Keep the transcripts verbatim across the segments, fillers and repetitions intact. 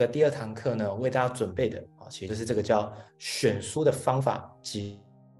第二堂课呢，为大家准备的啊，其实就是这个叫选书的方法及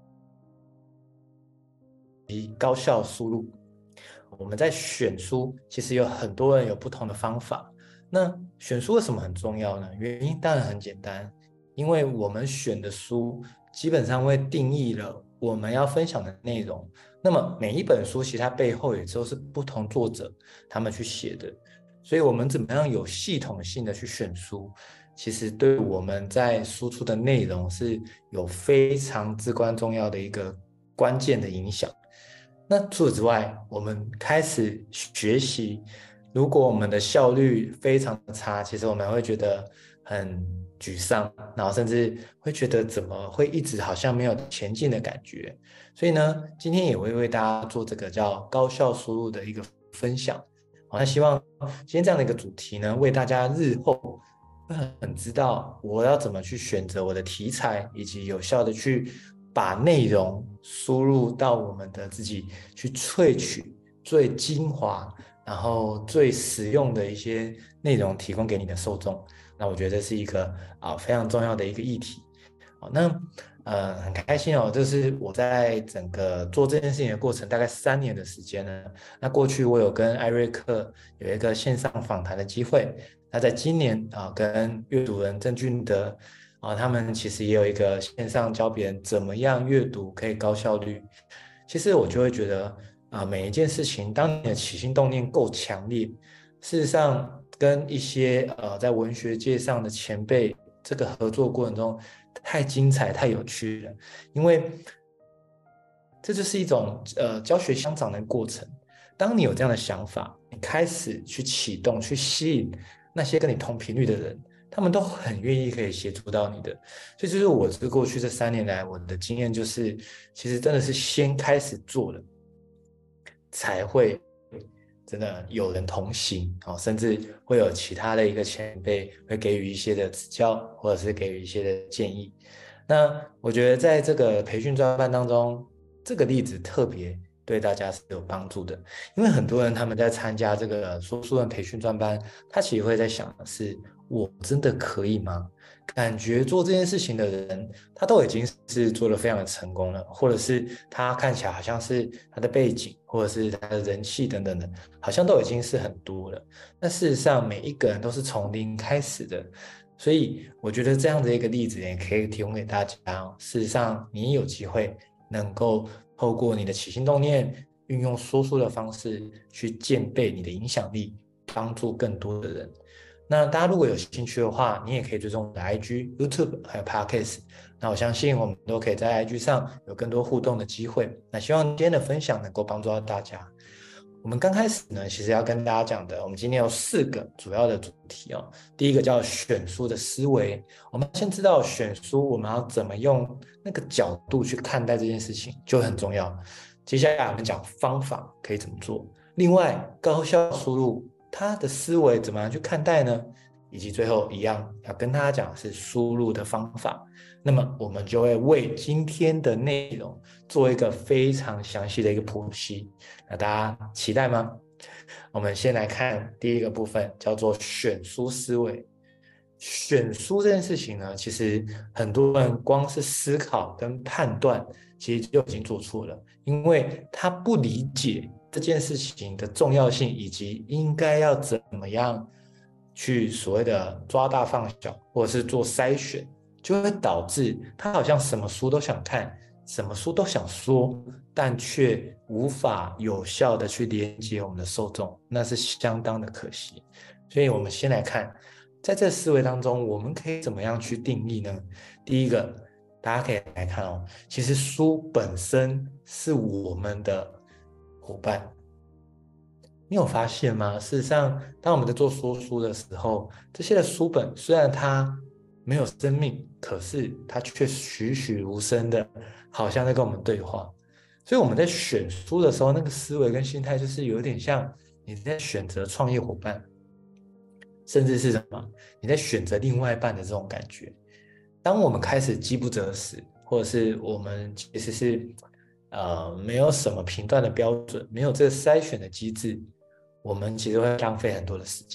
高效输入。我们在选书，其实有很多人有不同的方法。那选书为什么很重要呢？原因当然很简单，因为我们选的书基本上会定义了我们要分享的内容。那么每一本书其实它背后也都是不同作者他们去写的，所以我们怎么样有系统性的去选书，其实对我们在输出的内容是有非常至关重要的一个关键的影响。那除此之外，我们开始学习，如果我们的效率非常的差，其实我们会觉得很沮丧，然后甚至会觉得怎么会一直好像没有前进的感觉。所以呢，今天也会为大家做这个叫高效输入的一个分享。好，那希望今天这样的一个主题呢，为大家日后会很知道我要怎么去选择我的题材，以及有效的去把内容输入到我们的自己去萃取最精华，然后最实用的一些内容提供给你的受众。那我觉得这是一个啊非常重要的一个议题。好，那呃很开心哦，这是我在整个做这件事情的过程大概三年的时间呢。那过去我有跟艾瑞克有一个线上访谈的机会，那在今年啊跟阅读人郑俊德啊，他们其实也有一个线上教别人怎么样阅读可以高效率。其实我就会觉得啊，每一件事情，当你的起心动念够强烈，事实上跟一些呃在文学界上的前辈这个合作过程中太精彩、太有趣了，因为这就是一种呃教学相长的过程。当你有这样的想法，你开始去启动、去吸引那些跟你同频率的人，他们都很愿意可以协助到你的。所以就是我这过去这三年来我的经验就是，其实真的是先开始做了，才会真的有人同行哦，甚至会有其他的一个前辈会给予一些的指教，或者是给予一些的建议。那我觉得在这个培训专班当中，这个例子特别对大家是有帮助的，因为很多人他们在参加这个说书人培训专班，他其实会在想的是：我真的可以吗？感觉做这件事情的人，他都已经是做得非常的成功了，或者是他看起来好像是他的背景，或者是他的人气等等的，好像都已经是很多了。那事实上，每一个人都是从零开始的，所以我觉得这样的一个例子也可以提供给大家哦。事实上，你有机会能够透过你的起心动念，运用说书的方式去建备你的影响力，帮助更多的人。那大家如果有兴趣的话，你也可以追踪我的 I G、YouTube 还有 Podcast。那我相信我们都可以在 I G 上有更多互动的机会。那希望今天的分享能够帮助到大家。我们刚开始呢，其实要跟大家讲的，我们今天有四个主要的主题哦。第一个叫选书的思维，我们先知道选书我们要怎么用那个角度去看待这件事情，就很重要。接下来我们讲方法可以怎么做，另外高效输入他的思维怎么样去看待呢？以及最后一样要跟大家讲的是输入的方法。那么我们就会为今天的内容做一个非常详细的一个剖析。那大家期待吗？我们先来看第一个部分，叫做选书思维。选书这件事情呢，其实很多人光是思考跟判断，其实就已经做错了，因为他不理解这件事情的重要性，以及应该要怎么样去所谓的抓大放小，或者是做筛选，就会导致他好像什么书都想看，什么书都想说，但却无法有效的去连接我们的受众，那是相当的可惜。所以我们先来看，在这思维当中，我们可以怎么样去定义呢？第一个，大家可以来看哦，其实书本身是我们的伙伴。你有发现吗？事实上，当我们在做说书的时候，这些的书本虽然它没有生命，可是它却栩栩如生的，好像在跟我们对话。所以我们在选书的时候，那个思维跟心态就是有点像你在选择创业伙伴，甚至是什么？你在选择另外一半的这种感觉。当我们开始饥不择食，或者是我们其实是呃没有什么评断的标准，没有这个筛选的机制，我们其实会浪费很多的时间，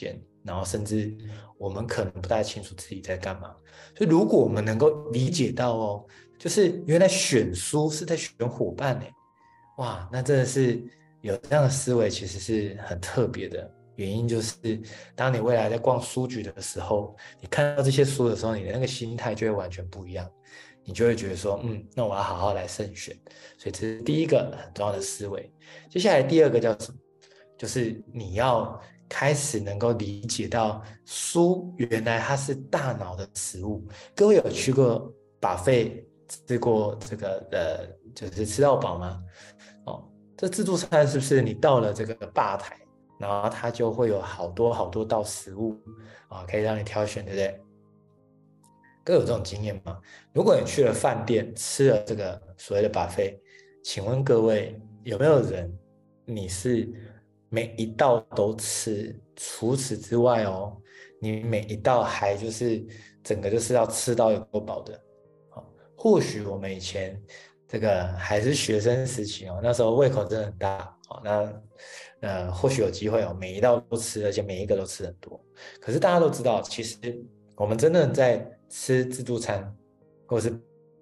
然后甚至我们可能不太清楚自己在干嘛。所以如果我们能够理解到哦，就是原来选书是在选伙伴呢，哇，那真的是有这样的思维，其实是很特别的。原因就是，当你未来在逛书局的时候，你看到这些书的时候，你的那个心态就会完全不一样，你就会觉得说，嗯，那我要好好来慎选。所以这是第一个很重要的思维。接下来第二个叫什么？就是你要开始能够理解到书原来它是大脑的食物。各位有去过buffet吃过这个呃，就是吃到饱吗？哦，这自助餐是不是你到了这个吧台？然后它就会有好多好多道食物啊，可以让你挑选，对不对？各有这种经验吗？如果你去了饭店吃了这个所谓的 buffet，请问各位有没有人你是每一道都吃？除此之外哦，你每一道还就是整个就是要吃到有够饱的。好，或许我们以前这个还是学生时期哦，那时候胃口真的很大哦，那呃或许有机会哦，每一道都吃，而且每一个都吃很多。可是大家都知道，其实我们真的在吃自助餐或者是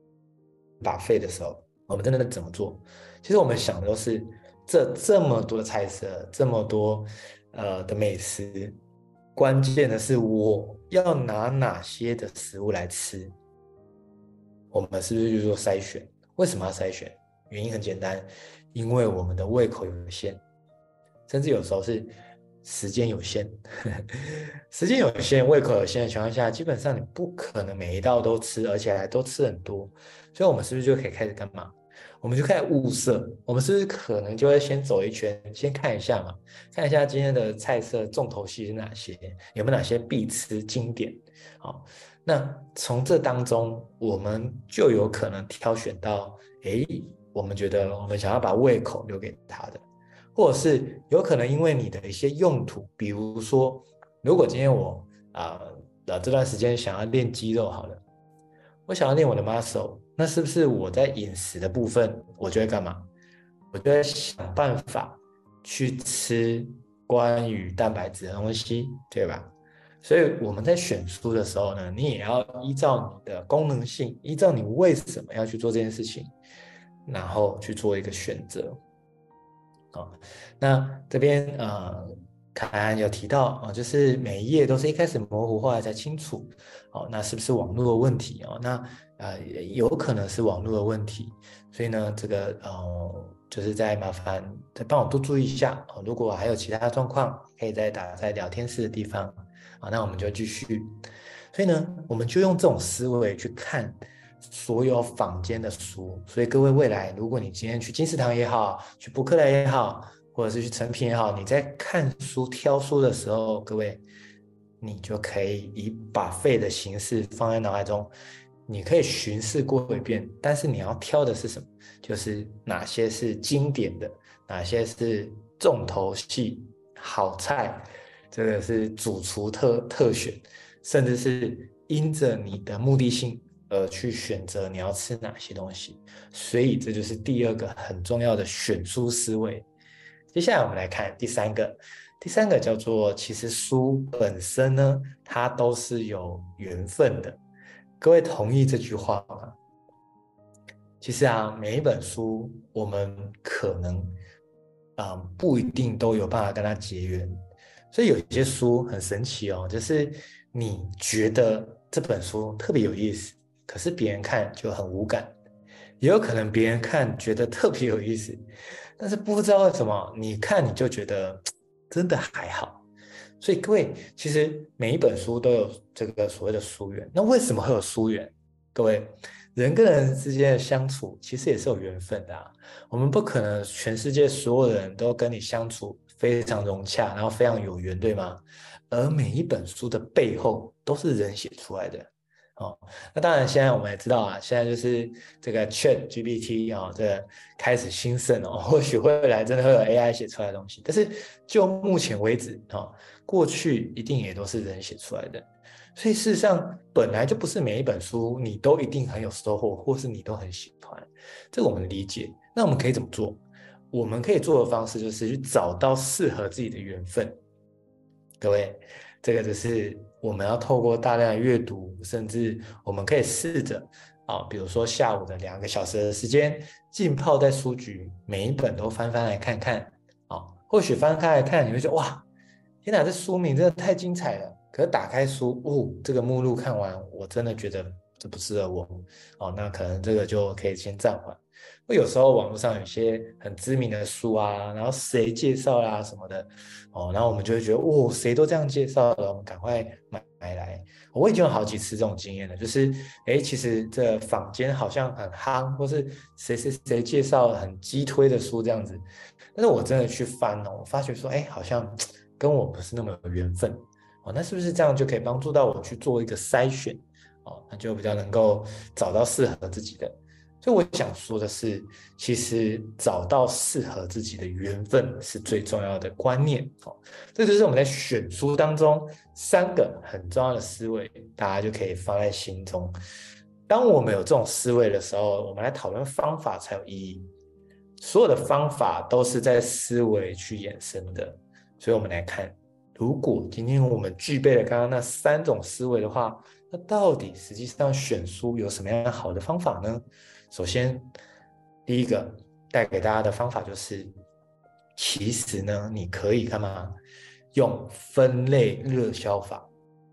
buffet 的时候，我们真的怎么做？其实我们想的都是这这么多的菜色，这么多呃的美食，关键的是我要拿哪些的食物来吃。我们是不是就做筛选？为什么要筛选？原因很简单，因为我们的胃口有限，甚至有时候是时间有限。时间有限，胃口有限的情况下，基本上你不可能每一道都吃，而且还都吃很多。所以，我们是不是就可以开始干嘛？我们就开始物色，我们是不是可能就会先走一圈，先看一下嘛，看一下今天的菜色重头戏是哪些，有没有哪些必吃经典？好，那从这当中，我们就有可能挑选到，诶，我们觉得我们想要把胃口留给他的，或者是有可能因为你的一些用途，比如说，如果今天我啊呃这段时间想要练肌肉好了，我想要练我的 muscle，那是不是我在饮食的部分，我就会干嘛？我就会想办法去吃关于蛋白质的东西，对吧？所以我们在选书的时候呢，你也要依照你的功能性，依照你为什么要去做这件事情，然后去做一个选择。哦，那这边呃，凯安有提到啊、哦，就是每一页都是一开始模糊，后来才清楚。哦，那是不是网络的问题哦？那呃，有可能是网络的问题，所以呢，这个呃，就是再麻烦再帮我多注意一下哦。如果还有其他状况，可以再打在聊天室的地方啊、哦，那我们就继续。所以呢，我们就用这种思维去看所有坊间的书。所以各位未来，如果你今天去金石堂也好，去博客来也好，或者是去成品也好，你在看书、挑书的时候，各位，你就可以以把费的形式放在脑海中，你可以巡视过一遍。但是你要挑的是什么？就是哪些是经典的，哪些是重头戏、好菜，这个是主厨特特选。甚至是因着你的目的性而去选择你要吃哪些东西，所以这就是第二个很重要的选书思维。接下来我们来看第三个，第三个叫做其实书本身呢，它都是有缘分的。各位同意这句话吗？其实啊，每一本书我们可能啊、呃不一定都有办法跟它结缘，所以有一些书很神奇哦，就是你觉得这本书特别有意思，可是别人看就很无感，也有可能别人看觉得特别有意思，但是不知道为什么你看你就觉得真的还好。所以各位，其实每一本书都有这个所谓的书缘。那为什么会有书缘？各位，人跟人之间的相处其实也是有缘分的啊。我们不可能全世界所有人都跟你相处非常融洽，然后非常有缘，对吗？而每一本书的背后都是人写出来的。哦，那当然，现在我们也知道啊，现在就是这个 Chat G P T 啊、哦，这个开始兴盛哦，或许未来真的会有 A I 写出来的东西。但是就目前为止啊、哦，过去一定也都是人写出来的。所以事实上，本来就不是每一本书你都一定很有收获，或是你都很喜欢。这个我们理解。那我们可以怎么做？我们可以做的方式就是去找到适合自己的缘分。各位， 这个就是我们要透过大量的阅读，甚至我们可以试着啊，比如说下午的两个小时的时间，浸泡在书局，每一本都翻翻来看看啊。或许翻开来看，你会说哇，天哪，这书名真的太精彩了。可是打开书，哦，这个目录看完，我真的觉得这不适合我哦，那可能这个就可以先暂缓。会有时候网络上有些很知名的书啊，然后谁介绍啦、啊、什么的哦，然后我们就会觉得哦，谁都这样介绍了，我们赶快买买来。我已经有好几次这种经验了，就是哎，其实这坊间好像很夯，或是谁谁谁介绍很激推的书这样子，但是我真的去翻哦，我发觉说，哎，好像跟我不是那么有缘分哦，那是不是这样就可以帮助到我去做一个筛选哦，那就比较能够找到适合自己的。所以我想说的是，其实找到适合自己的缘分是最重要的观念。哦，这就是我们在选书当中三个很重要的思维，大家就可以放在心中。当我们有这种思维的时候，我们来讨论方法才有意义。所有的方法都是在思维去衍生的，所以我们来看，如果今天我们具备了刚刚那三种思维的话，那到底实际上选书有什么样好的方法呢？首先，第一个带给大家的方法就是，其实呢，你可以干嘛？用分类热销法。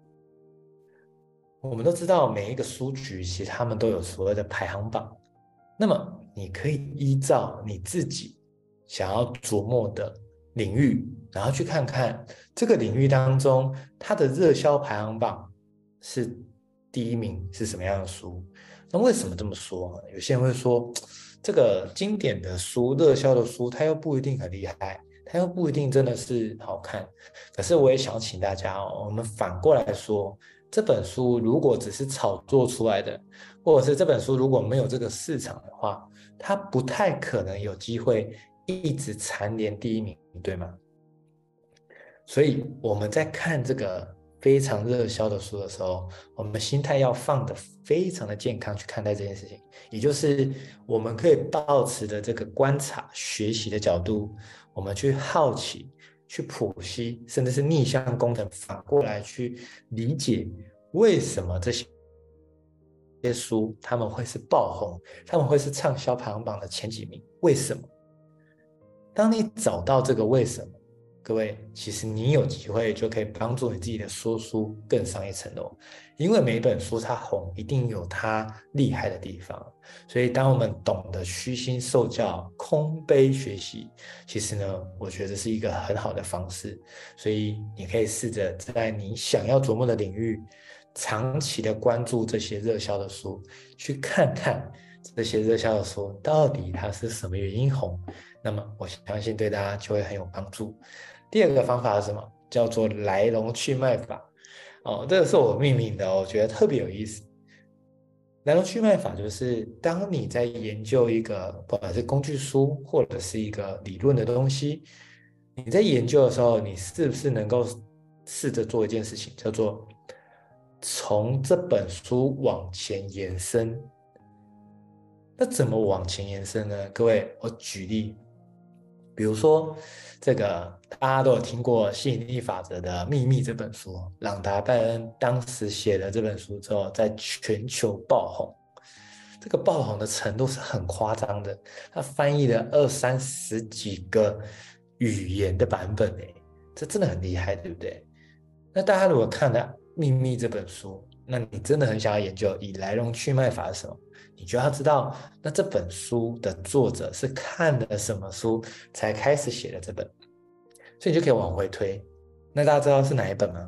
我们都知道，每一个书局其实他们都有所谓的排行榜，那么你可以依照你自己想要琢磨的领域，然后去看看这个领域当中它的热销排行榜是第一名是什么样的书。那为什么这么说呢？有些人会说，这个经典的书、热销的书，它又不一定很厉害，它又不一定真的是好看。可是我也想请大家哦，我们反过来说，这本书如果只是炒作出来的，或者是这本书如果没有这个市场的话，它不太可能有机会一直蝉联第一名，对吗？所以我们在看这个非常热销的书的时候，我们心态要放得非常的健康去看待这件事情，也就是我们可以抱持的这个观察、学习的角度，我们去好奇、去剖析，甚至是逆向工程，反过来去理解为什么这些书他们会是爆红，他们会是畅销排行榜的前几名，为什么？当你找到这个为什么，各位，其实你有机会就可以帮助你自己的说书更上一层楼，因为每一本书它红，一定有它厉害的地方。所以，当我们懂得虚心受教、空杯学习，其实呢，我觉得是一个很好的方式。所以，你可以试着在你想要琢磨的领域，长期的关注这些热销的书，去看看这些热销的书到底它是什么原因红。那么我相信对大家就会很有帮助。第二个方法是什么？叫做来龙去脉法。哦，这个是我命名的哦，我觉得特别有意思。来龙去脉法就是当你在研究一个不管是工具书或者是一个理论的东西，你在研究的时候，你是不是能够试着做一件事情，叫做从这本书往前延伸。那怎么往前延伸呢？各位，我举例，比如说这个大家都有听过吸引力法则的秘密这本书，朗达·拜恩当时写了这本书之后，在全球爆红。这个爆红的程度是很夸张的，他翻译了二三十几个语言的版本，诶，这真的很厉害，对不对？那大家如果看了《秘密》这本书，那你真的很想要研究以来龙去脉法是什么？你就要知道，那这本书的作者是看了什么书才开始写的这本，所以你就可以往回推。那大家知道是哪一本吗？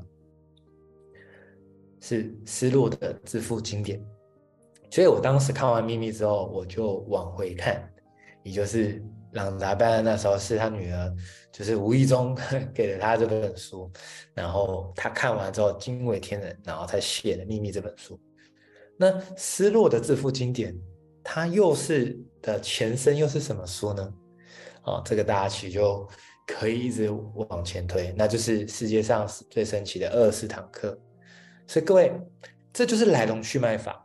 是斯洛的《致富经典》。所以我当时看完《秘密》之后，我就往回看，也就是朗达·拜恩那时候是他女儿，就是无意中给了他这本书，然后他看完之后惊为天人，然后才写了《秘密》这本书。那斯洛的致富经典，它又是的前身又是什么书呢？哦，这个大家其实就可以一直往前推，那就是世界上最神奇的二十四堂课。所以各位，这就是来龙去脉法。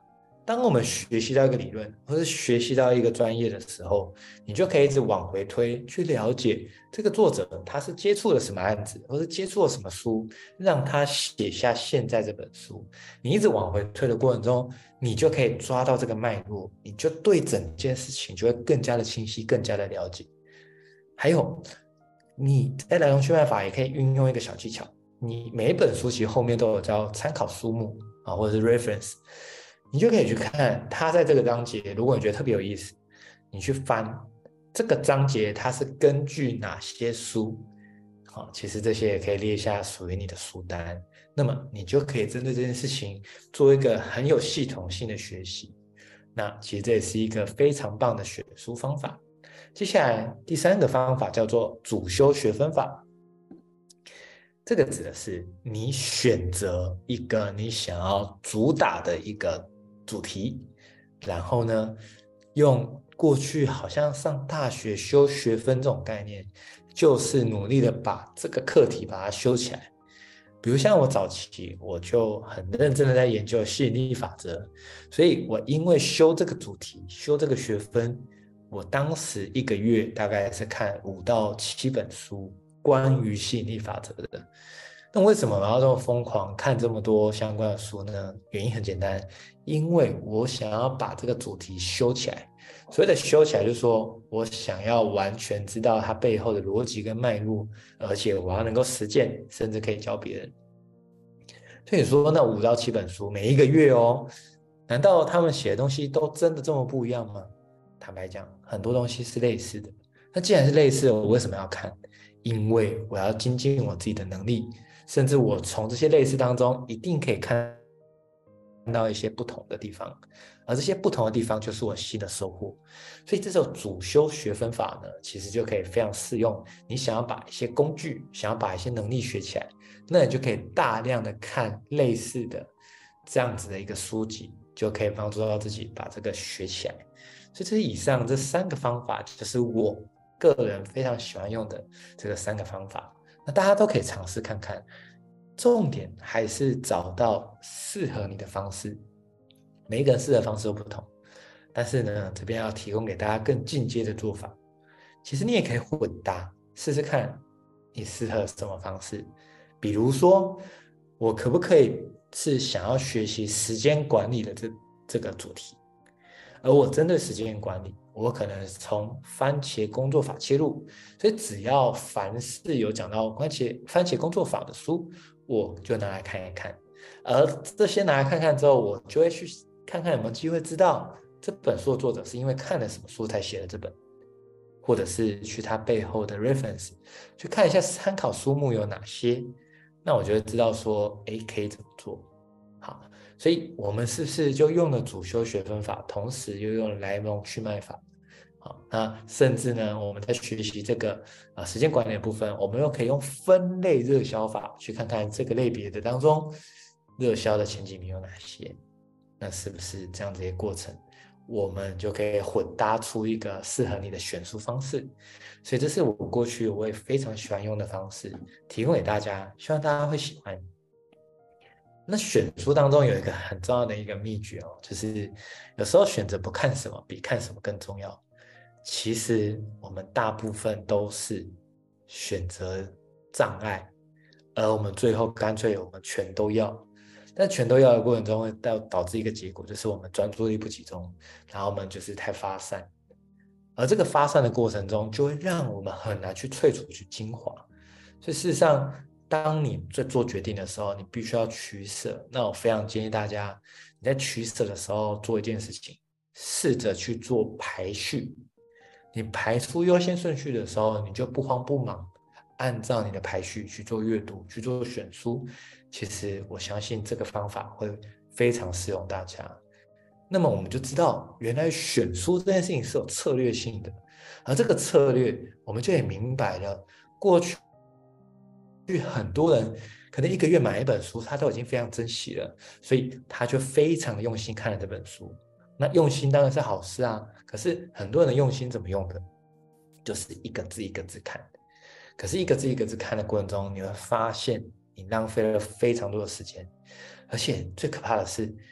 当我们学习到一个理论，或是学习到一个专业的时候，你就可以一直往回推，去了解这个作者他是接触了什么案子，或是接触了什么书，让他写下现在这本书。你一直往回推的过程中，你就可以抓到这个脉络，你就对整件事情就会更加的清晰，更加的了解。还有，你在来龙去脉法也可以运用一个小技巧，你每一本书其实后面都有叫参考书目啊，或者是 reference，你就可以去看它在这个章节，如果你觉得特别有意思，你去翻这个章节它是根据哪些书，好，其实这些也可以列下属于你的书单，那么你就可以针对这件事情做一个很有系统性的学习。那其实这也是一个非常棒的选书方法。接下来第三个方法叫做主修学分法，这个指的是你选择一个你想要主打的一个主题，然后呢，用过去好像上大学修学分这种概念，就是努力的把这个课题把它修起来。比如像我早期我就很认真的在研究吸引力法则，所以我因为修这个主题，修这个学分，我当时一个月大概是看五到七本书关于吸引力法则的。那为什么我要这么疯狂看这么多相关的书呢？原因很简单，因为我想要把这个主题修起来。所谓的修起来，就是说我想要完全知道它背后的逻辑跟脉络，而且我要能够实践，甚至可以教别人。所以说，那五到七本书，每一个月哦，难道他们写的东西都真的这么不一样吗？坦白讲，很多东西是类似的。那既然是类似的，我为什么要看？因为我要精进我自己的能力，甚至我从这些类似当中一定可以看到一些不同的地方，而这些不同的地方就是我新的收获。所以这种主修学分法呢，其实就可以非常适用。你想要把一些工具，想要把一些能力学起来，那你就可以大量的看类似的这样子的一个书籍，就可以帮助到自己把这个学起来。所以这是以上这三个方法，就是我个人非常喜欢用的这个三个方法。那大家都可以尝试看看，重点还是找到适合你的方式。每一个人适合的方式都不同，但是呢，这边要提供给大家更进阶的做法。其实你也可以混搭，试试看你适合什么方式。比如说，我可不可以是想要学习时间管理的这这个主题，而我针对时间管理，我可能从番茄工作法切入，所以只要凡是有讲到番茄番茄工作法的书，我就拿来看一看。而这些拿来看看之后，我就会去看看有没有机会知道这本书的作者是因为看了什么书才写的这本，或者是去他背后的 reference 去看一下参考书目有哪些，那我就会知道说，哎，可以怎么做。好，所以我们是不是就用了主修学分法，同时又用了来龙去脉法？好，那甚至呢，我们在学习这个啊时间管理的部分，我们又可以用分类热销法去看看这个类别的当中，热销的前几名有哪些？那是不是这样子一个过程，我们就可以混搭出一个适合你的选书方式？所以这是我过去我也非常喜欢用的方式，提供给大家，希望大家会喜欢。那选书当中有一个很重要的一个秘诀哦，就是有时候选择不看什么比看什么更重要。其实我们大部分都是选择障碍，而我们最后干脆我们全都要。但全都要的过程中会导导致一个结果，就是我们专注力不集中，然后我们就是太发散，而这个发散的过程中，就会让我们很难去萃取去精华。所以事实上，当你在做决定的时候，你必须要取舍。那我非常建议大家，你在取舍的时候做一件事情，试着去做排序。你排出优先顺序的时候，你就不慌不忙，按照你的排序去做阅读，去做选书。其实我相信这个方法会非常适用大家。那么我们就知道，原来选书这件事情是有策略性的，而这个策略，我们就也明白了，过去很多人可能一个月买一本书，他都已经非常珍惜了，所以他就非常的用心看了这本书。那用心当然是好事啊，可是很多人的用心怎么用的？就是一个字一个字看。可是一个字一个字看的过程中，你会发现你浪费了非常多的时间，而且最可怕的是，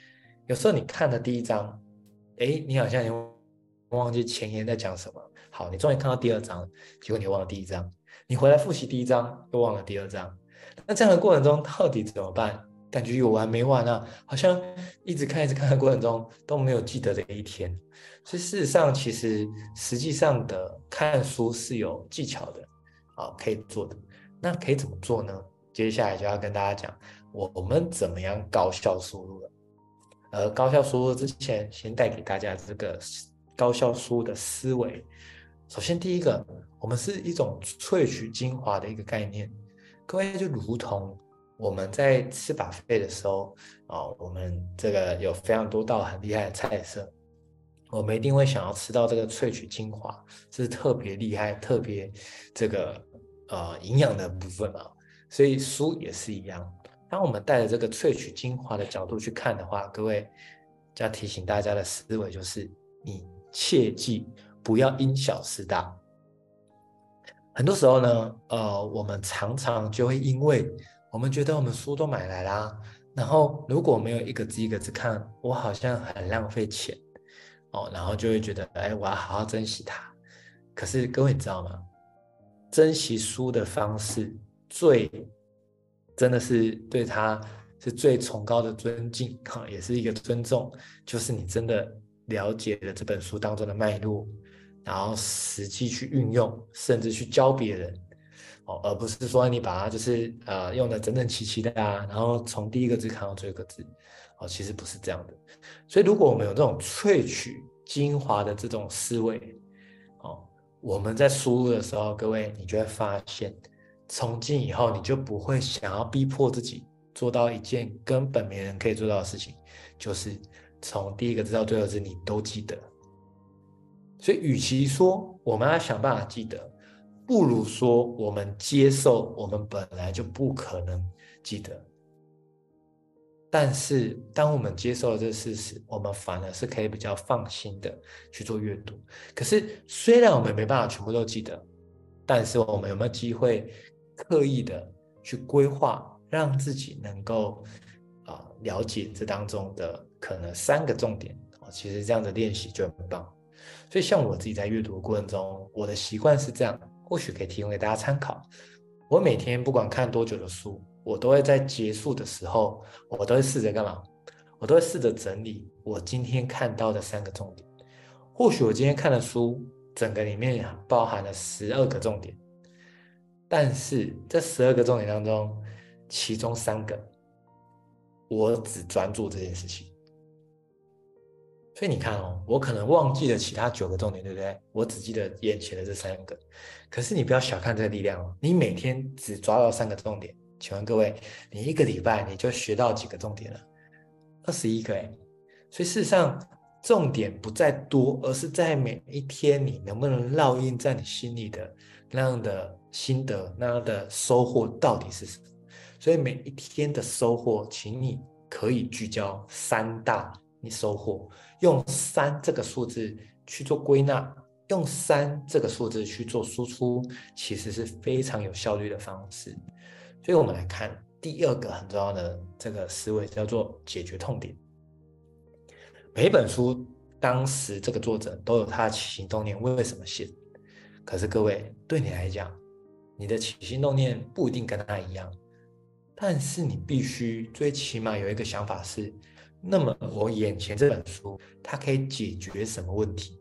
有时候你看了第一章，哎，你好像你忘记前言在讲什么。好，你终于看到第二章，结果你忘了第一章。你回来复习第一章，又忘了第二章。那这样的过程中到底怎么办？感觉有完没完啊？好像一直看一直看的过程中都没有记得的一天。所以事实上，其实实际上的看书是有技巧的，啊，可以做的。那可以怎么做呢？接下来就要跟大家讲，我们怎么样高效输入了。而高效输入之前，先带给大家这个高效输入的思维。首先，第一个，我们是一种萃取精华的一个概念。各位就如同我们在吃buffet的时候，哦，我们这个有非常多道很厉害的菜色，我们一定会想要吃到这个萃取精华，这是特别厉害、特别这个呃营养的部分啊。所以书也是一样。当我们带着这个萃取精华的角度去看的话，各位就要提醒大家的思维就是，你切记不要因小失大。很多时候呢，呃，我们常常就会因为我们觉得我们书都买来啦，然后如果没有一个字一个字看，我好像很浪费钱哦，然后就会觉得，哎，我要好好珍惜它。可是各位知道吗？珍惜书的方式最真的是对它是最崇高的尊敬哈，也是一个尊重，就是你真的了解了这本书当中的脉络，然后实际去运用，甚至去教别人哦，而不是说你把它就是呃用的整整齐齐的啊，然后从第一个字看到最后一个字哦，其实不是这样的。所以如果我们有这种萃取精华的这种思维哦，我们在输入的时候，各位你就会发现，从今以后你就不会想要逼迫自己做到一件根本没人可以做到的事情，就是从第一个字到最后字你都记得。所以与其说我们要想办法记得，不如说我们接受我们本来就不可能记得。但是当我们接受了这个事实，我们反而是可以比较放心的去做阅读。可是虽然我们没办法全部都记得，但是我们有没有机会刻意的去规划，让自己能够啊、呃、了解这当中的可能三个重点、哦、其实这样的练习就很棒。所以像我自己在阅读的过程中，我的习惯是这样，或许可以提供给大家参考。我每天不管看多久的书，我都会在结束的时候，我都会试着干嘛？我都会试着整理我今天看到的三个重点。或许我今天看的书，整个里面包含了十二个重点，但是这十二个重点当中，其中三个我只专注这件事情。所以你看哦，我可能忘记了其他九个重点，对不对？我只记得眼前的这三个。可是你不要小看这个力量哦，你每天只抓到三个重点，请问各位，你一个礼拜你就学到几个重点了？二十一个哎。所以事实上，重点不在多，而是在每一天你能不能烙印在你心里的那样的心得，那样的收获到底是什么？所以每一天的收获，请你可以聚焦三大你收获，用三这个数字去做归纳，用三这个数字去做输出，其实是非常有效率的方式。所以我们来看第二个很重要的这个思维，叫做解决痛点。每一本书当时这个作者都有他的起心动念，为什么写？可是各位，对你来讲，你的起心动念不一定跟他一样，但是你必须最起码有一个想法是，那么我眼前这本书它可以解决什么问题？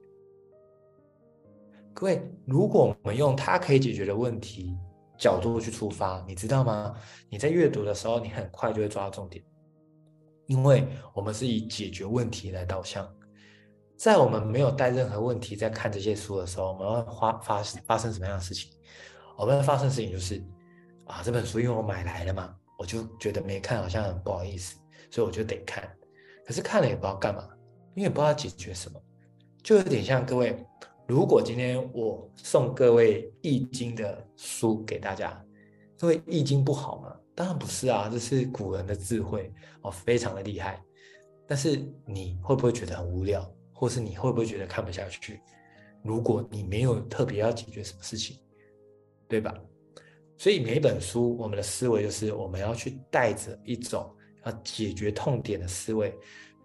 各位，如果我们用它可以解决的问题角度去出发，你知道吗？你在阅读的时候，你很快就会抓到重点，因为我们是以解决问题来导向。在我们没有带任何问题在看这些书的时候，我们会发发发生什么样的事情？我们会发生的事情就是啊，这本书因为我买来了嘛，我就觉得没看好像很不好意思，所以我就得看。可是看了也不知道干嘛，因为也不知道解决什么，就有点像各位，如果今天我送各位易经的书给大家，各位易经不好吗？当然不是啊，这是古人的智慧哦，非常的厉害。但是你会不会觉得很无聊，或是你会不会觉得看不下去？如果你没有特别要解决什么事情，对吧？所以每一本书，我们的思维就是我们要去带着一种要解决痛点的思维，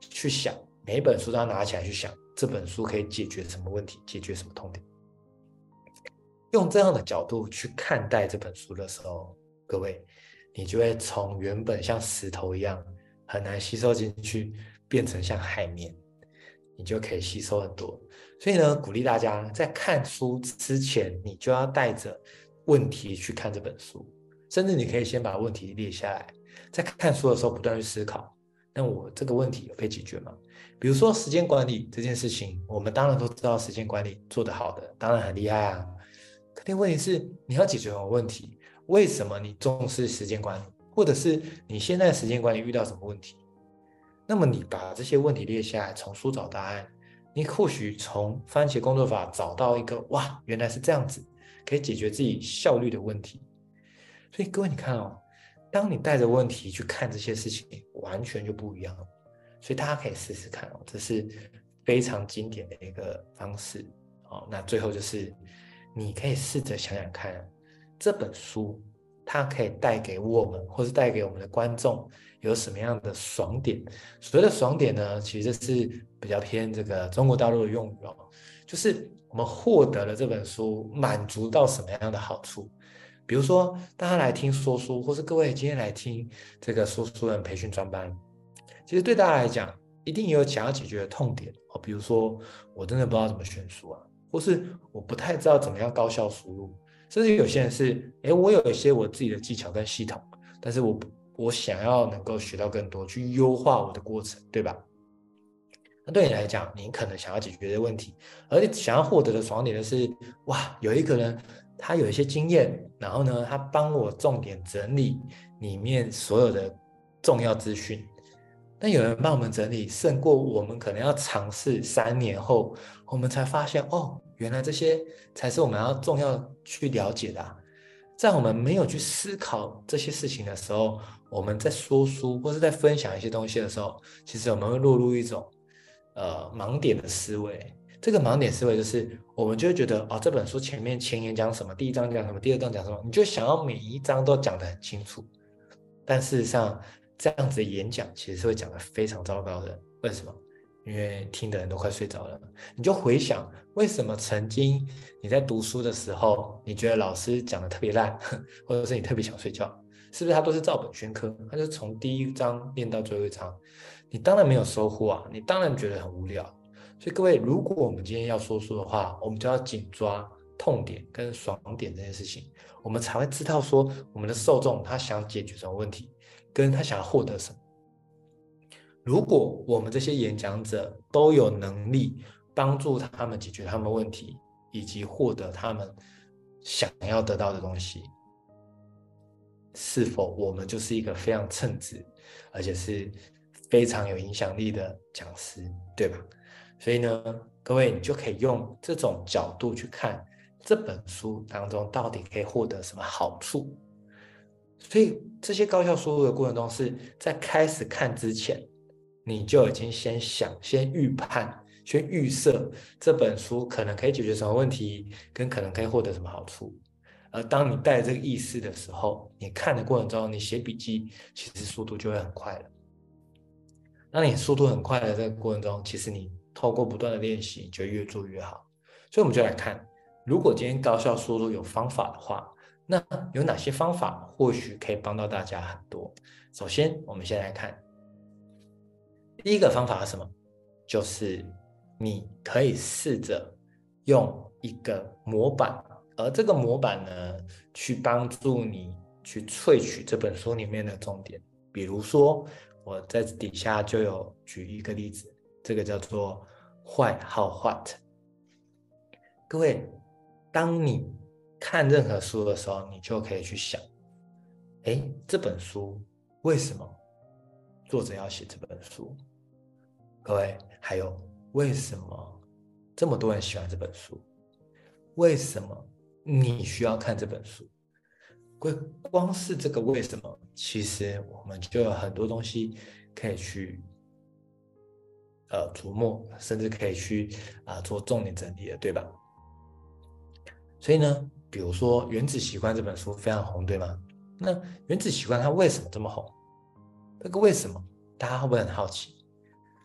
去想，每一本书都要拿起来去想，这本书可以解决什么问题，解决什么痛点。用这样的角度去看待这本书的时候，各位，你就会从原本像石头一样很难吸收进去，变成像海绵，你就可以吸收很多。所以呢，鼓励大家在看书之前，你就要带着问题去看这本书，甚至你可以先把问题列下来，在看书的时候不断去思考，那我这个问题有被解决吗？比如说时间管理这件事情，我们当然都知道时间管理做得好的当然很厉害啊，可是问题是你要解决什么问题？为什么你重视时间管理，或者是你现在时间管理遇到什么问题？那么你把这些问题列下来，从书找答案，你或许从番茄工作法找到一个哇，原来是这样子，可以解决自己效率的问题。所以各位你看哦，当你带着问题去看这些事情，完全就不一样了。所以大家可以试试看哦，这是非常经典的一个方式哦。那最后就是你可以试着想想看，这本书它可以带给我们，或是带给我们的观众有什么样的爽点。所谓的爽点呢，其实是比较偏这个中国大陆的用语哦，就是我们获得了这本书满足到什么样的好处。比如说大家来听说书，或是各位今天来听这个说书人培训专班，其实对大家来讲一定也有想要解决的痛点哦，比如说我真的不知道怎么选书啊，或是我不太知道怎么样高效输入，甚至有些人是诶我有一些我自己的技巧跟系统，但是我我想要能够学到更多，去优化我的过程，对吧？那对你来讲，你可能想要解决的问题，而你想要获得的爽点的是，哇，有一个人他有一些经验，然后呢，他帮我重点整理里面所有的重要资讯。但有人帮我们整理，胜过我们可能要尝试三年后，我们才发现，哦，原来这些才是我们要重要去了解的啊。在我们没有去思考这些事情的时候，我们在说书或是在分享一些东西的时候，其实我们会落入一种呃盲点的思维。这个盲点思维就是，我们就会觉得，哦，这本书前面前言讲什么，第一章讲什么，第二章讲什么，你就想要每一章都讲得很清楚。但事实上，这样子的演讲其实是会讲得非常糟糕的。为什么？因为听的人都快睡着了。你就回想，为什么曾经你在读书的时候，你觉得老师讲的特别烂，或者是你特别想睡觉，是不是他都是照本宣科？他就从第一章念到最后一章，你当然没有收获啊，你当然觉得很无聊。所以各位，如果我们今天要说书的话，我们就要紧抓痛点跟爽点这件事情，我们才会知道说我们的受众他想解决什么问题，跟他想要获得什么。如果我们这些演讲者都有能力帮助他们解决他们问题，以及获得他们想要得到的东西，是否我们就是一个非常称职，而且是非常有影响力的讲师，对吧？所以呢，各位你就可以用这种角度去看这本书当中到底可以获得什么好处。所以这些高效输入的过程中，是在开始看之前，你就已经先想、先预判、先预设这本书可能可以解决什么问题，跟可能可以获得什么好处。而当你带着这个意识的时候，你看的过程中，你写笔记，其实速度就会很快了。当你速度很快的这个过程中，其实你透过不断的练习，就越做越好。所以我们就来看，如果今天高效输入有方法的话，那有哪些方法或许可以帮到大家很多？首先，我们先来看第一个方法是什么？就是你可以试着用一个模板，而这个模板呢，去帮助你去萃取这本书里面的重点。比如说，我在底下就有举一个例子，这个叫做坏 how what。各位，当你看任何书的时候，你就可以去想，哎，这本书为什么作者要写这本书？各位，还有为什么这么多人喜欢这本书？为什么你需要看这本书？光是这个为什么，其实我们就有很多东西可以去呃琢磨，甚至可以去啊、呃、做重点整理的，对吧？所以呢，比如说《原子习惯》这本书非常红，对吗？那《原子习惯》它为什么这么红？这个为什么大家会不会很好奇？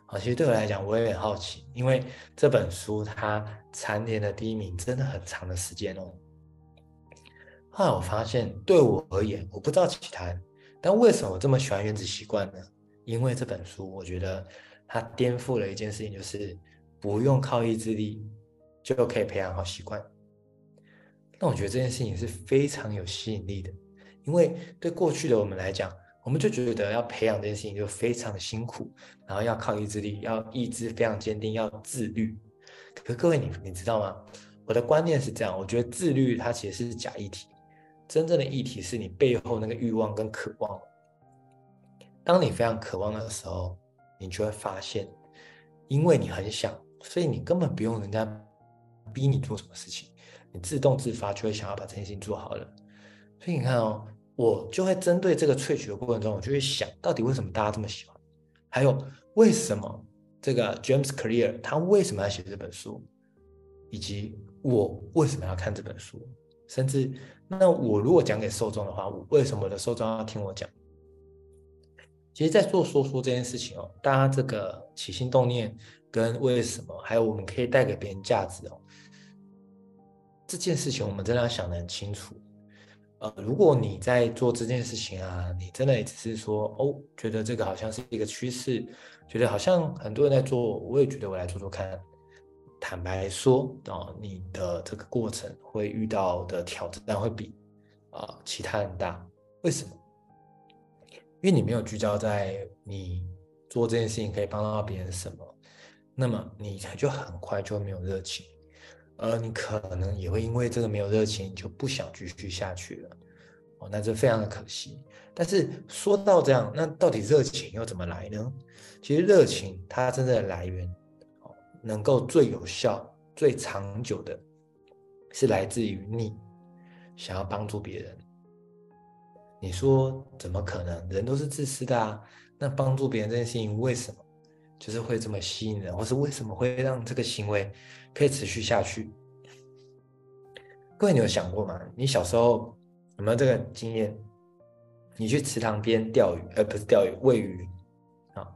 啊，其实对我来讲，我也很好奇，因为这本书它蝉联的第一名真的很长的时间哦。后来我发现，对我而言，我不知道其他人，但为什么我这么喜欢《原子习惯》呢？因为这本书，我觉得它颠覆了一件事情，就是不用靠意志力就可以培养好习惯。那我觉得这件事情是非常有吸引力的，因为对过去的我们来讲，我们就觉得要培养这件事情就非常的辛苦，然后要靠意志力，要意志非常坚定，要自律。可是各位你你知道吗？我的观念是这样，我觉得自律它其实是假议题，真正的议题是你背后那个欲望跟渴望。当你非常渴望的时候，你就会发现，因为你很想，所以你根本不用人家逼你做什么事情，你自动自发就会想要把这件事情做好了。所以你看哦，我就会针对这个萃取的过程中，我就会想到底为什么大家这么喜欢，还有为什么这个 James Clear 他为什么要写这本书，以及我为什么要看这本书，甚至那我如果讲给受众的话，我为什么我的受众要听我讲？其实，在做说书这件事情哦，大家这个起心动念跟为什么，还有我们可以带给别人价值哦，这件事情我们真的要想得很清楚。呃，如果你在做这件事情啊，你真的也只是说哦，觉得这个好像是一个趋势，觉得好像很多人在做，我也觉得我来做做看。坦白说哦，你的这个过程会遇到的挑战会比啊、呃其他人大。为什么？因为你没有聚焦在你做这件事情可以帮到别人什么，那么你就很快就没有热情，而你可能也会因为这个没有热情，就不想继续下去了。哦，那这非常的可惜。但是说到这样，那到底热情又怎么来呢？其实热情它真正的来源，哦，能够最有效、最长久的，是来自于你想要帮助别人。你说怎么可能？人都是自私的啊！那帮助别人这件事情为什么就是会这么吸引人，或是为什么会让这个行为可以持续下去？各位，你有想过吗？你小时候有没有这个经验？你去池塘边钓鱼，呃，不是钓鱼，喂鱼啊。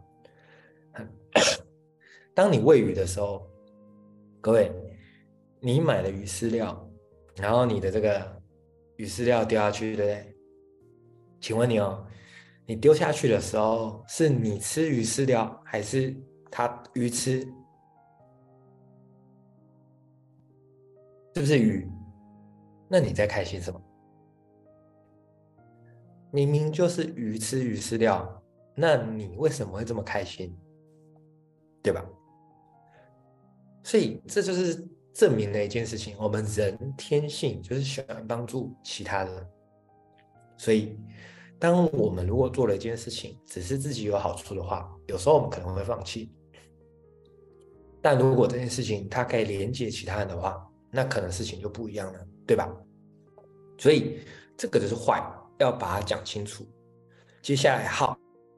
当你喂鱼的时候，各位，你买了鱼饲料，然后你的这个鱼饲料掉下去，对不对？请问你哦，你丢下去的时候，是你吃鱼饲料，还是它鱼吃？是不是鱼？那你在开心什么？明明就是鱼吃鱼饲料，那你为什么会这么开心？对吧？所以这就是证明了一件事情：我们人天性就是喜欢帮助其他人。所以，当我们如果做了一件事情，只是自己有好处的话，有时候我们可能会放弃。但如果这件事情它可以连接其他人的话，那可能事情就不一样了，对吧？所以这个就是坏，要把它讲清楚。接下来好，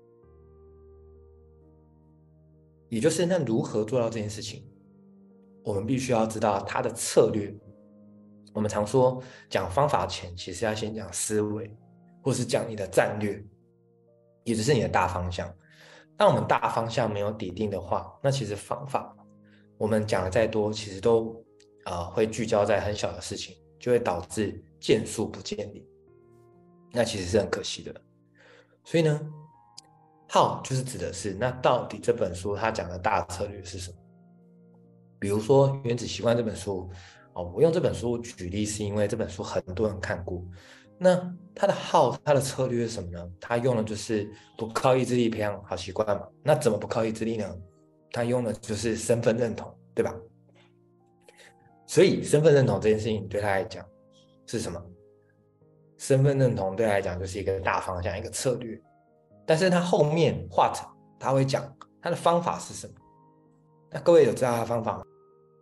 也就是那如何做到这件事情，我们必须要知道它的策略。我们常说讲方法前，其实要先讲思维，或是讲你的战略，也就是你的大方向。当我们大方向没有底定的话，那其实方法我们讲的再多，其实都呃会聚焦在很小的事情，就会导致见树不见林，那其实是很可惜的。所以呢，how 就是指的是那到底这本书它讲的大策略是什么？比如说《原子习惯》这本书，哦，我用这本书举例，是因为这本书很多人看过。那它的号，它的策略是什么呢？它用的就是不靠意志力培养好习惯嘛。那怎么不靠意志力呢？它用的就是身份认同，对吧？所以身份认同这件事情对他来讲是什么？身份认同对他来讲就是一个大方向，一个策略。但是他后面 what 他会讲他的方法是什么？那各位有知道他的方法吗？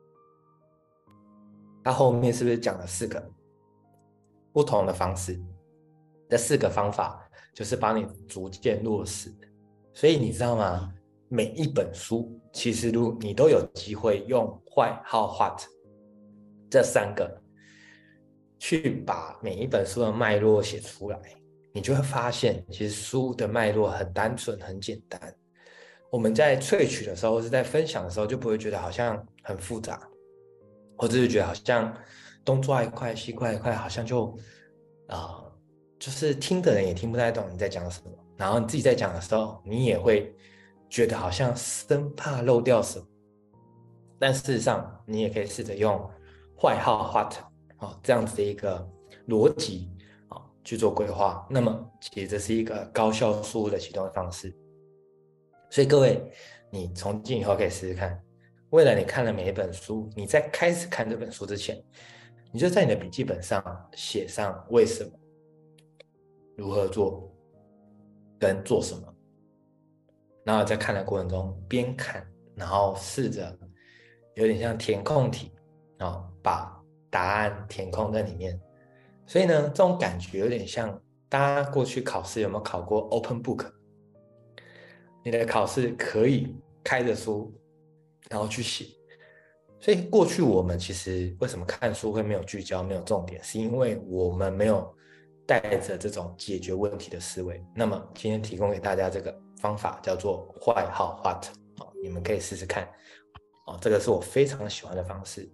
他后面是不是讲了四个不同的方式？这四个方法就是帮你逐渐落实。所以你知道吗？每一本书其实如你都有机会用 why、how、what 这三个去把每一本书的脉络写出来，你就会发现，其实书的脉络很单纯、很简单。 我们在萃取的时候，或是在分享的时候，就不会觉得好像很复杂，或者是觉得好像东抓一块西抓一块，好像就啊、呃就是听的人也听不太懂你在讲什么，然后你自己在讲的时候，你也会觉得好像生怕漏掉什么。但事实上，你也可以试着用坏号 what 哦这样子的一个逻辑啊、哦、去做规划。那么，其实这是一个高效输入的启动方式。所以各位，你从今以后可以试试看。未来你看了每一本书，你在开始看这本书之前，你就在你的笔记本上写上为什么、如何做跟做什么。然后在看的过程中边看，然后试着有点像填空题啊、哦，把答案填空在里面。所以呢，这种感觉有点像大家过去考试有没有考过 open book？ 你的考试可以开着书，然后去写。所以过去我们其实为什么看书会没有聚焦、没有重点，是因为我们没有带着这种解决问题的思维。那么今天提供给大家这个方法叫做坏号 what， 你们可以试试看。这个是我非常喜欢的方式。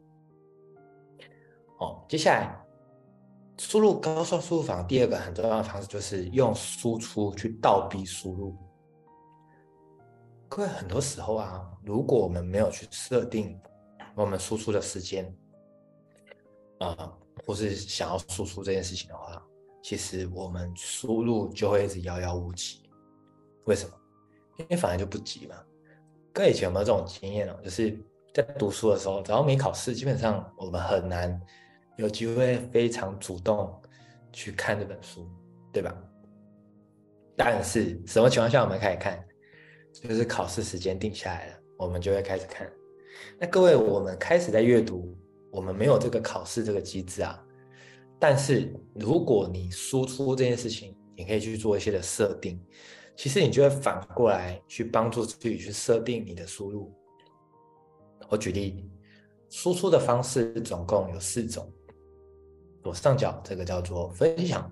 接下来输入高效输入法第二个很重要的方式就是用输出去倒逼输入。各位，很多时候啊，如果我们没有去设定我们输出的时间啊、呃，或是想要输出这件事情的话，其实我们输入就会一直遥遥无期。为什么？因为反而就不急嘛。各位以前有没有这种经验哦？就是在读书的时候，只要没考试，基本上我们很难有机会非常主动去看这本书，对吧？但是什么情况下我们开始看？就是考试时间定下来了，我们就会开始看。那各位，我们开始在阅读，我们没有这个考试这个机制啊。但是如果你输出这件事情，你可以去做一些的设定，其实你就会反过来去帮助自己去设定你的输入。我举例，输出的方式总共有四种。左上角这个叫做分享。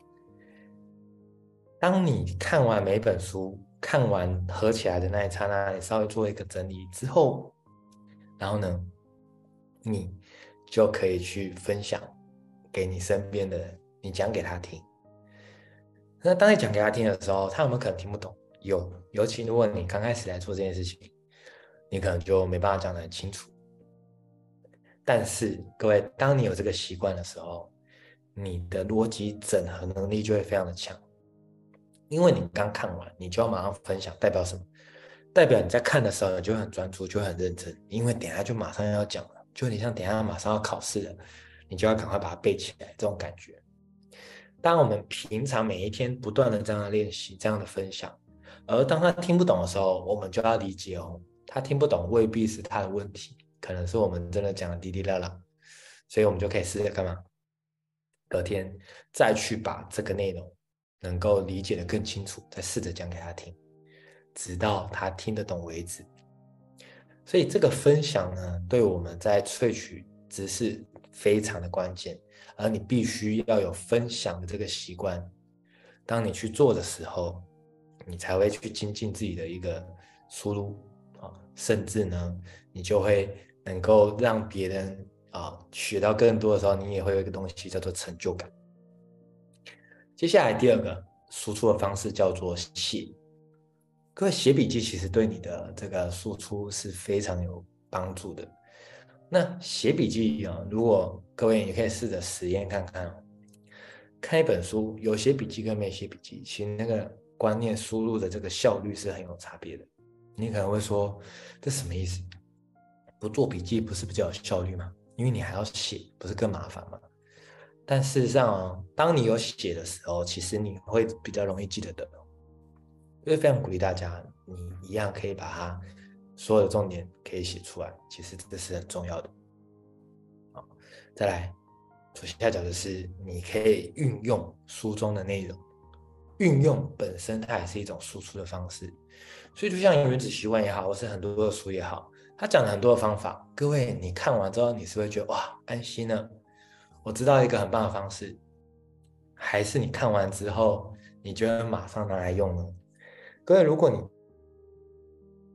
当你看完每本书，看完合起来的那一刹那，你稍微做一个整理之后，然后呢，你就可以去分享给你身边的人，你讲给他听。那当你讲给他听的时候，他有没有可能听不懂？有，尤其如果你刚开始来做这件事情，你可能就没办法讲得很清楚。但是各位，当你有这个习惯的时候，你的逻辑整合能力就会非常的强。因为你刚看完，你就要马上分享，代表什么？代表你在看的时候，你就会很专注，就会很认真，因为等一下就马上要讲了，就有点像等一下马上要考试了，你就要赶快把它背起来，这种感觉。当我们平常每一天不断的这样的练习，这样的分享，而当他听不懂的时候，我们就要理解哦，他听不懂未必是他的问题，可能是我们真的讲的滴滴啦啦，所以我们就可以试着干嘛？隔天再去把这个内容能够理解的更清楚，再试着讲给他听，直到他听得懂为止。所以这个分享呢，对我们在萃取知识非常的关键，而你必须要有分享的这个习惯。当你去做的时候，你才会去精进自己的一个输入啊，甚至呢，你就会能够让别人啊学到更多的时候，你也会有一个东西叫做成就感。接下来第二个输出的方式叫做写。各位，写笔记其实对你的这个输出是非常有帮助的。那写笔记啊，如果各位也可以试着实验看看哦。看一本书，有写笔记跟没写笔记，其实那个观念输入的这个效率是很有差别的。你可能会说，这什么意思？不做笔记不是比较有效率吗？因为你还要写，不是更麻烦吗？但事实上哦，当你有写的时候，其实你会比较容易记得的。所以非常鼓励大家，你一样可以把它所有的重点可以写出来，其实这是很重要的。好，再来左下角的是你可以运用书中的内容，运用本身它也是一种输出的方式。所以就像原子习惯也好，或是很多的书也好，它讲了很多的方法。各位你看完之后，你是会觉得哇安心了，我知道一个很棒的方式，还是你看完之后，你就会马上拿来用呢？各位，如果你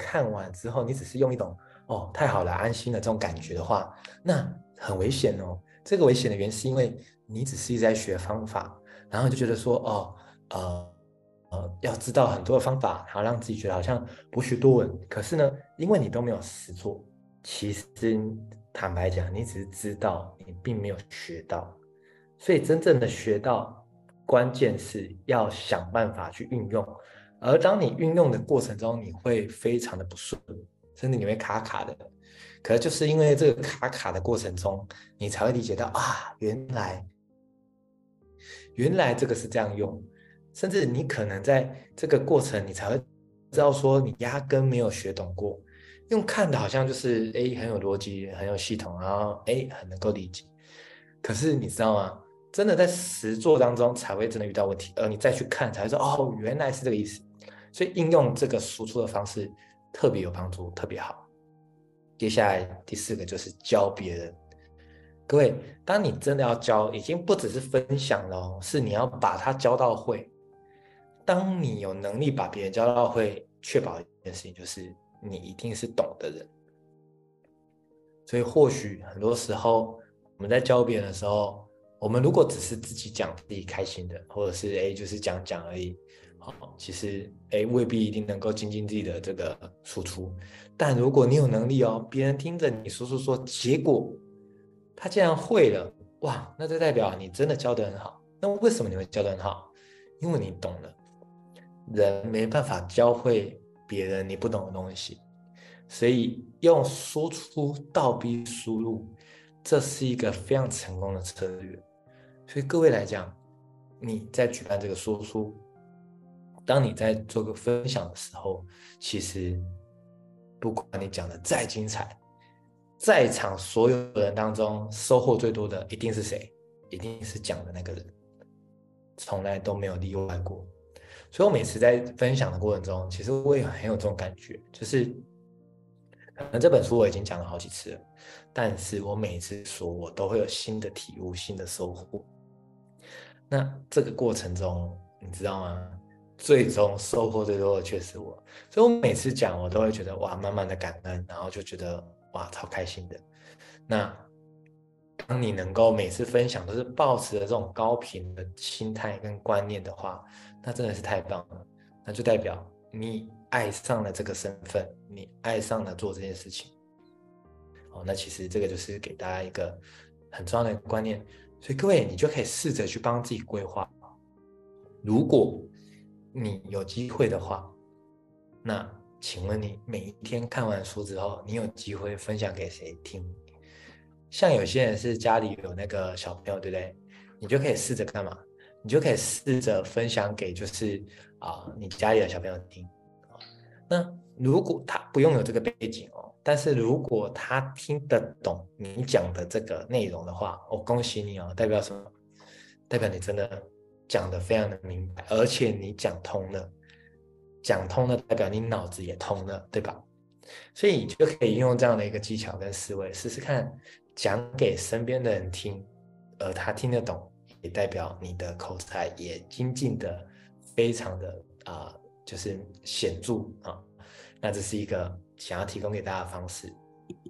看完之后，你只是用一种哦太好了安心的这种感觉的话，那很危险哦。这个危险的原因是因为你只是一直在学方法，然后就觉得说哦呃呃要知道很多的方法，然后让自己觉得好像博学多闻。可是呢，因为你都没有实做，其实坦白讲，你只是知道，你并没有学到。所以真正的学到，关键是要想办法去运用。而当你运用的过程中，你会非常的不顺，甚至你会卡卡的。可是就是因为这个卡卡的过程中，你才会理解到啊，原来原来这个是这样用，甚至你可能在这个过程，你才会知道说你压根没有学懂过，用看的好像就是哎很有逻辑，很有系统，然后哎很能够理解。可是你知道吗？真的在实作当中才会真的遇到问题，而你再去看才会说哦原来是这个意思。所以应用这个输出的方式特别有帮助，特别好。接下来第四个就是教别人。各位，当你真的要教，已经不只是分享了哦，是你要把它教到会。当你有能力把别人教到会，确保一件事情就是你一定是懂的人。所以或许很多时候我们在教别人的时候，我们如果只是自己讲自己开心的，或者是哎就是讲讲而已，好，其实哎未必一定能够精进自己的这个输出。但如果你有能力哦，别人听着你说说说，结果他竟然会了，哇，那这代表你真的教得很好。那为什么你会教得很好？因为你懂了。人没办法教会别人你不懂的东西，所以用输出倒逼输入，这是一个非常成功的策略。所以各位来讲，你在举办这个输出，当你在做个分享的时候，其实不管你讲的再精彩，在场所有人当中收获最多的一定是谁？一定是讲的那个人，从来都没有例外过。所以我每次在分享的过程中，其实我也很有这种感觉，就是可能这本书我已经讲了好几次了，但是我每次说，我都会有新的体悟、新的收获。那这个过程中，你知道吗？最终收获最多的却是我，所以我每次讲，我都会觉得哇，满满的感恩，然后就觉得哇，超开心的。那当你能够每次分享都是抱持着这种高频的心态跟观念的话，那真的是太棒了。那就代表你爱上了这个身份，你爱上了做这件事情。哦，那其实这个就是给大家一个很重要的观念，所以各位你就可以试着去帮自己规划。如果你有机会的话，那请问你每一天看完书之后，你有机会分享给谁听？像有些人是家里有那个小朋友，对不对？你就可以试着干嘛？你就可以试着分享给就是啊、呃你家里的小朋友听。那如果他不用有这个背景哦，但是如果他听得懂你讲的这个内容的话，我、哦、恭喜你哦，代表什么？代表你真的讲得非常的明白，而且你讲通了，讲通了代表你脑子也通了，对吧？所以你就可以用这样的一个技巧跟思维试试看，讲给身边的人听，而他听得懂，也代表你的口才也精进的非常的啊、呃，就是显著啊。那这是一个想要提供给大家的方式。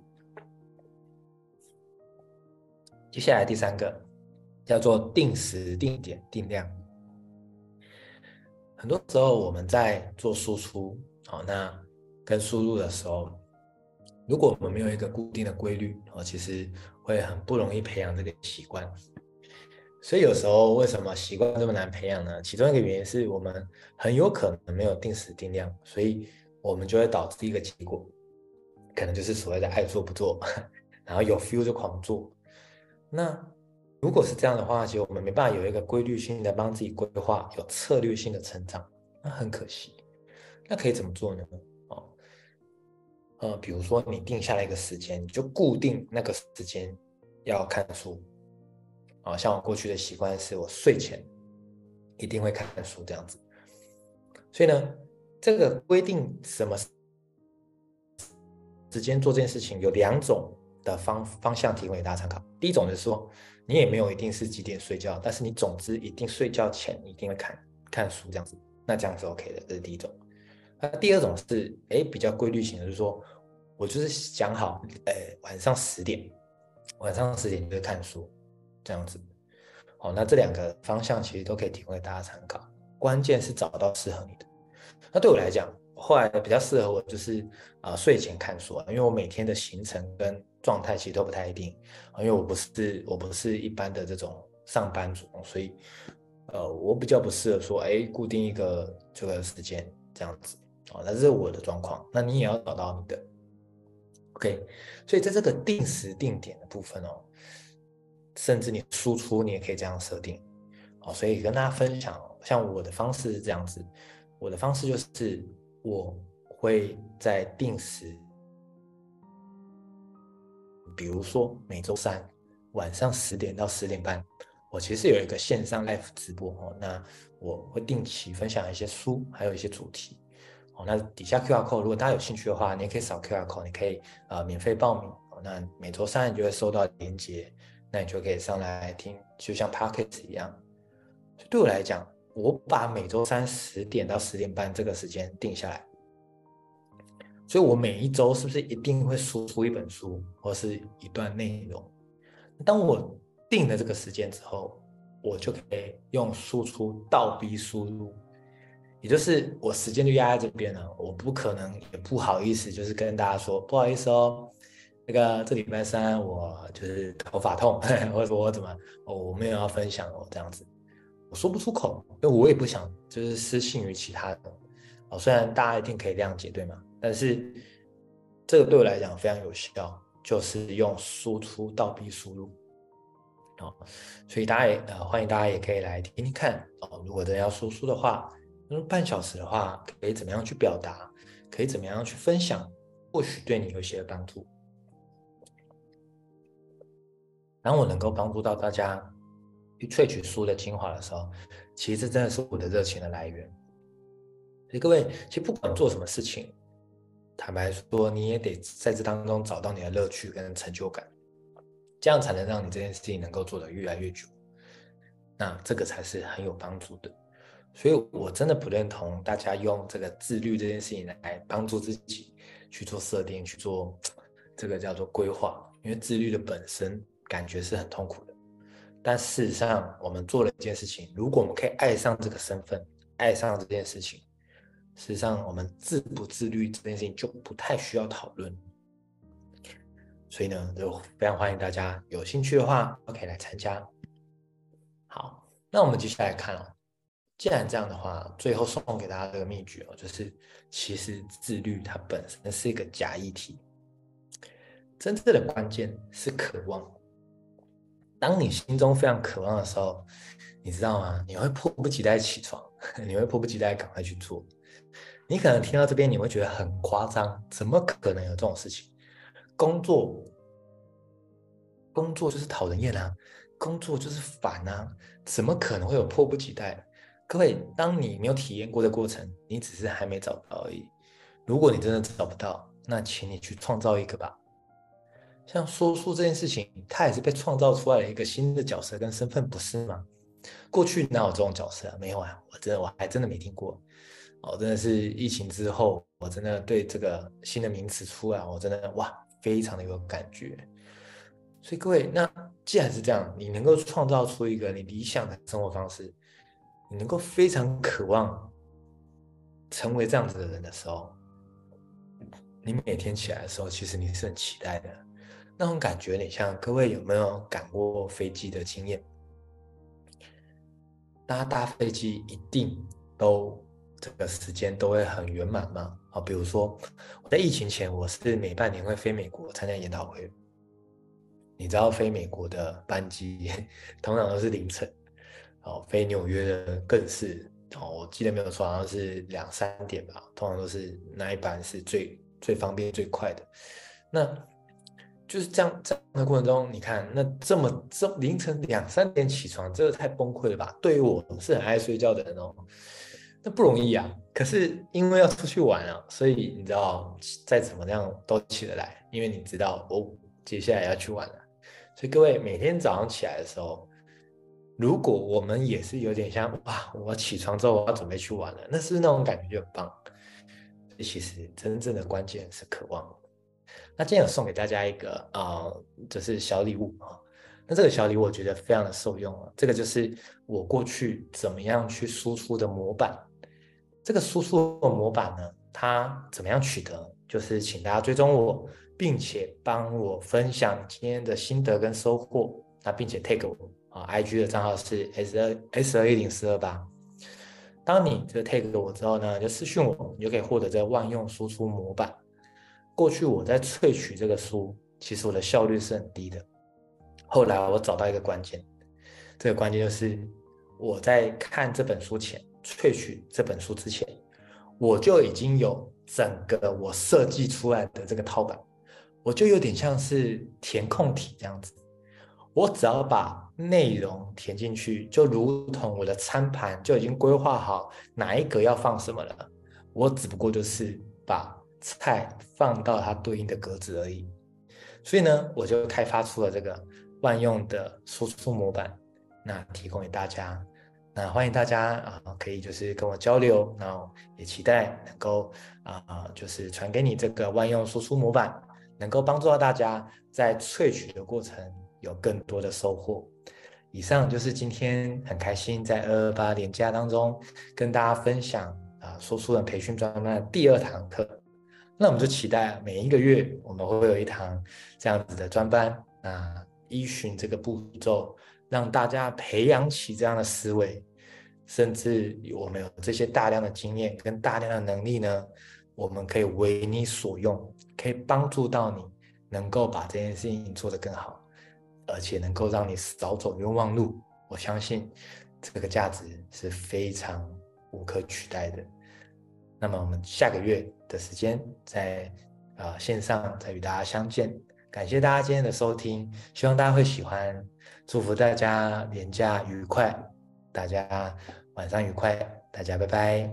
接下来第三个叫做定时、定点、定量。很多时候我们在做输出，好，那跟输入的时候，如果我们没有一个固定的规律，哦，其实会很不容易培养这个习惯。所以有时候为什么习惯这么难培养呢？其中一个原因是我们很有可能没有定时定量，所以我们就会导致一个结果，可能就是所谓的爱做不做，然后有 feel 就狂做。那如果是这样的话，其实我们没办法有一个规律性的帮自己规划，有策略性的成长，那很可惜。那可以怎么做呢？哦，呃，比如说你定下来一个时间，你就固定那个时间要看书。啊，像我过去的习惯是我睡前一定会看书这样子。所以呢，这个规定什么时间做这件事情有两种的方方向提供给大家参考。第一种就是说，你也没有一定是几点睡觉，但是你总之一定睡觉前一定会看看书这样子，那这样是 OK 的，这是第一种。 那第二种是哎比较规律型的，就是说我就是讲好，呃晚上十点，晚上十点就是看书这样子。好，那这两个方向其实都可以提供给大家参考，关键是找到适合你的。那对我来讲，后来比较适合我就是啊、呃、睡前看书啊，因为我每天的行程跟状态其实都不太一定，因为我不是我不是一般的这种上班族，所以呃我比较不适合说哎固定一个这个时间这样子。哦，那这是我的状况，那你也要找到你的。OK，所以在这个定时定点的部分哦，甚至你输出你也可以这样设定。哦，所以跟大家分享，像我的方式是这样子，我的方式就是我会在定时，比如说每周三晚上十点到十点半，我其实有一个线上 live 直播哦，那我会定期分享一些书，还有一些主题。哦，那底下 Q R code，如果大家有兴趣的话，你也可以扫 Q R code，你可以呃免费报名。哦，那每周三你就会收到连结，那你就可以上来听，就像 Podcast 一样。对我来讲，我把每周三十点到十点半这个时间定下来，所以我每一周是不是一定会输出一本书或是一段内容？当我定了这个时间之后，我就可以用输出倒逼输入，也就是我时间就压在这边了，我不可能也不好意思，就是跟大家说不好意思哦，那个这礼拜三我就是头发痛，或者说我怎么、哦、我没有要分享哦这样子。我说不出口，因为我也不想就是失信于其他人。哦，虽然大家一定可以谅解，对吗？但是这个对我来讲非常有效，就是用输出倒逼输入。哦，所以大家也呃欢迎大家也可以来听听看哦。如果真的要输出的话，那半小时的话，可以怎么样去表达？可以怎么样去分享？或许对你有些帮助。当我能够帮助到大家去萃取书的精华的时候，其实这真的是我的热情的来源。所以各位，其实不管做什么事情，坦白说，你也得在这当中找到你的乐趣跟成就感，这样才能让你这件事情能够做得越来越久。那这个才是很有帮助的。所以我真的不认同大家用这个自律这件事情来帮助自己去做设定，去做这个叫做规划，因为自律的本身感觉是很痛苦的。但事实上，我们做了一件事情，如果我们可以爱上这个身份，爱上这件事情，事实上我们自不自律这件事情就不太需要讨论。所以呢，就非常欢迎大家有兴趣的话都可以来参加。好，那我们接下来看哦，既然这样的话，最后送给大家这个秘诀哦，就是其实自律它本身是一个假议题，真正的关键是渴望。当你心中非常渴望的时候，你知道吗？你会迫不及待起床，你会迫不及待赶快去做。你可能听到这边，你会觉得很夸张，怎么可能有这种事情？工作，工作就是讨人厌啊，工作就是烦啊，怎么可能会有迫不及待？各位，当你没有体验过的过程，你只是还没找到而已。如果你真的找不到，那请你去创造一个吧。像说书这件事情，它也是被创造出来的一个新的角色跟身份，不是吗？过去哪有这种角色啊？没有啊，我真的我还真的没听过。哦，真的是疫情之后，我真的对这个新的名词出来，我真的哇，非常的有感觉。所以各位，那既然是这样，你能够创造出一个你理想的生活方式，你能够非常渴望成为这样子的人的时候，你每天起来的时候，其实你是很期待的。那种感觉，你像各位有没有赶过飞机的经验？大家搭飞机一定都这个时间都会很圆满吗？啊，比如说我在疫情前，我是每半年会飞美国参加研讨会。你知道飞美国的班机通常都是凌晨，哦，飞纽约的更是哦，我记得没有错，好像是两三点吧，通常都是那一班是最最方便最快的。那就是这样这样的过程中，你看那这么这凌晨两三点起床，这个太崩溃了吧？对于我是很爱睡觉的人哦，那不容易啊。可是因为要出去玩啊，所以你知道再怎么样都起得来，因为你知道我接下来要去玩了。所以各位每天早上起来的时候，如果我们也是有点像哇，我起床之后我要准备去玩了，那是不是那种感觉就很棒？ 其实真正的关键是渴望。那今天有送给大家一个呃，就是小礼物啊。那这个小礼物我觉得非常的受用啊。这个就是我过去怎么样去输出的模板。这个输出的模板呢，它怎么样取得？就是请大家追踪我，并且帮我分享今天的心得跟收获。那并且 tag 我啊 ，I G 的账号是 S 二 S 二一零四二八。当你这个 tag 我之后呢，就私讯我，你就可以获得这个万用输出模板。过去我在萃取这个书，其实我的效率是很低的。后来我找到一个关键，这个关键就是我在看这本书前，萃取这本书之前，我就已经有整个我设计出来的这个套版，我就有点像是填空题这样子。我只要把内容填进去，就如同我的餐盘就已经规划好哪一格要放什么了。我只不过就是把菜放到它对应的格子而已。所以呢，我就开发出了这个万用的输出模板，那提供给大家。那欢迎大家啊，可以就是跟我交流，然后也期待能够啊，就是传给你这个万用输出模板，能够帮助到大家在萃取的过程有更多的收获。以上就是今天很开心在二二八连假当中跟大家分享啊，说书人培训专班的第二堂课。那我们就期待每一个月我们会有一堂这样子的专班，那依循这个步骤，让大家培养起这样的思维，甚至我们有这些大量的经验跟大量的能力呢，我们可以为你所用，可以帮助到你能够把这件事情做得更好，而且能够让你少走冤枉路。我相信这个价值是非常无可取代的。那么我们下个月的时间在呃线上再与大家相见。感谢大家今天的收听，希望大家会喜欢，祝福大家连假愉快，大家晚上愉快，大家拜拜。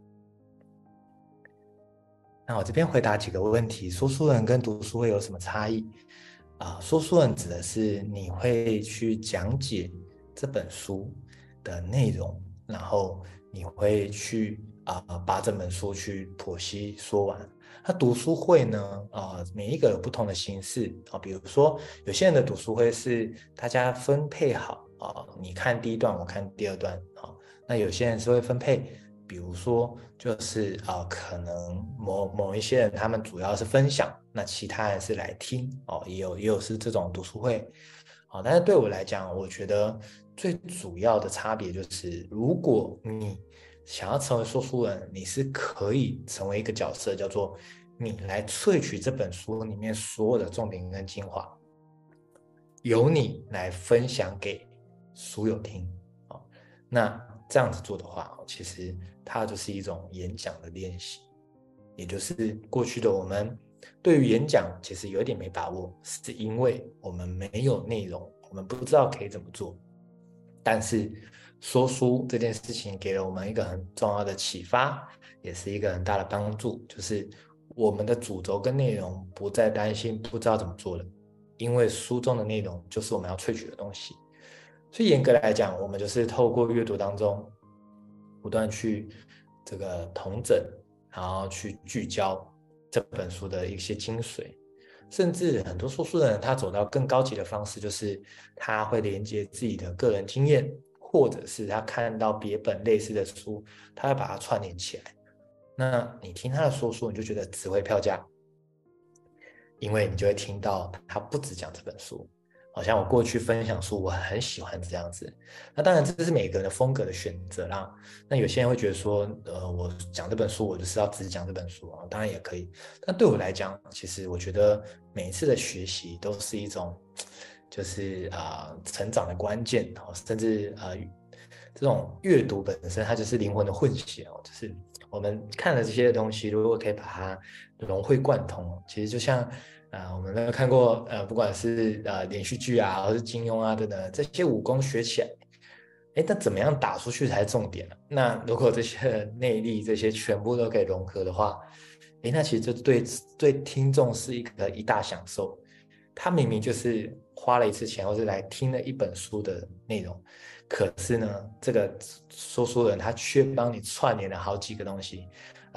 那我这边回答几个问题：说书人跟读书会有什么差异？啊、呃，说书人指的是你会去讲解这本书的内容，然后你会去啊、呃、把整本书去剖析说完。那读书会呢，啊、呃，每一个有不同的形式啊、呃，比如说有些人的读书会是大家分配好啊、呃，你看第一段，我看第二段啊、呃，那有些人是会分配。比如说，就是啊、呃，可能某某一些人他们主要是分享，那其他人是来听哦，也有也有是这种读书会，好、哦，但是对我来讲，我觉得最主要的差别就是，如果你想要成为说书人，你是可以成为一个角色，叫做你来萃取这本书里面所有的重点跟精华，由你来分享给书友听，哦，那这样子做的话，其实它就是一种演讲的练习，也就是过去的我们对于演讲其实有点没把握，是因为我们没有内容，我们不知道可以怎么做。但是说书这件事情给了我们一个很重要的启发，也是一个很大的帮助，就是我们的主轴跟内容不再担心不知道怎么做了，因为书中的内容就是我们要萃取的东西。所以严格来讲，我们就是透过阅读当中不断去这个统整，然后去聚焦这本书的一些精髓。甚至很多说书人他走到更高级的方式，就是他会连接自己的个人经验，或者是他看到别本类似的书，他会把它串联起来。那你听他的说书，你就觉得值回票价，因为你就会听到他不只讲这本书。好像我过去分享书，我很喜欢这样子。那当然，这是每个人的风格的选择啦。那有些人会觉得说，呃，我讲这本书，我就是要只讲这本书啊，当然也可以。但对我来讲，其实我觉得每一次的学习都是一种，就是啊、呃、成长的关键哦，甚至啊、呃、这种阅读本身它就是灵魂的混血哦，就是我们看了这些东西，如果可以把它融会贯通，其实就像啊、呃，我们有看过呃，不管是呃连续剧啊，或是金庸啊等等，这些武功学起来，哎，那怎么样打出去才是重点呢、啊？那如果这些内力这些全部都可以融合的话，哎，那其实这对对听众是一个一大享受。他明明就是花了一次钱，或是来听了一本书的内容，可是呢，这个说书人他却帮你串联了好几个东西，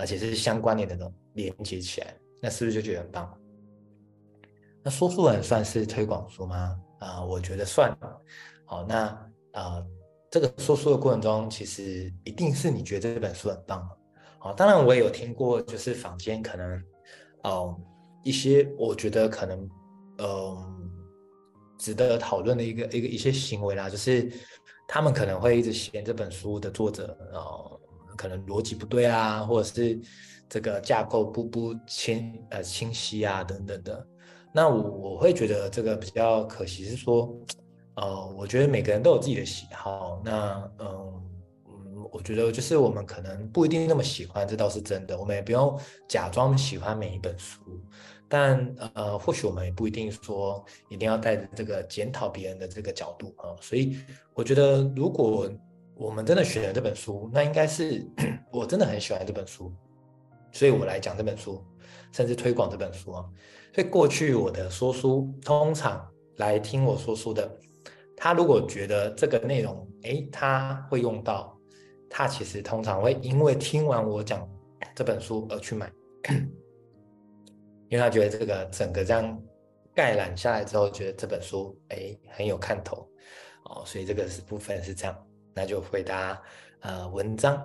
而且是相关联的都连接起来，那是不是就觉得很棒？那说书人算是推广书吗？啊、呃，我觉得算。好，那呃，这个说书的过程中，其实一定是你觉得这本书很棒。好，当然我也有听过，就是坊间可能，呃，一些我觉得可能，嗯、呃，值得讨论的一个一个一些行为啦，就是他们可能会一直嫌这本书的作者，呃，可能逻辑不对啊，或者是这个架构不不清呃清晰啊等等的。那我我会觉得这个比较可惜是说，呃，我觉得每个人都有自己的喜好，那嗯嗯，我觉得就是我们可能不一定那么喜欢，这倒是真的，我们也不用假装喜欢每一本书，但呃，或许我们也不一定说一定要带着这个检讨别人的这个角度啊，所以我觉得如果我们真的选了这本书，那应该是我真的很喜欢这本书，所以我来讲这本书，甚至推广这本书啊。所以过去我的说书，通常来听我说书的，他如果觉得这个内容，诶，他会用到，他其实通常会因为听完我讲这本书而去买，因为他觉得这个整个这样概览下来之后，觉得这本书诶很有看头哦，所以这个是部分是这样。那就回答呃文章。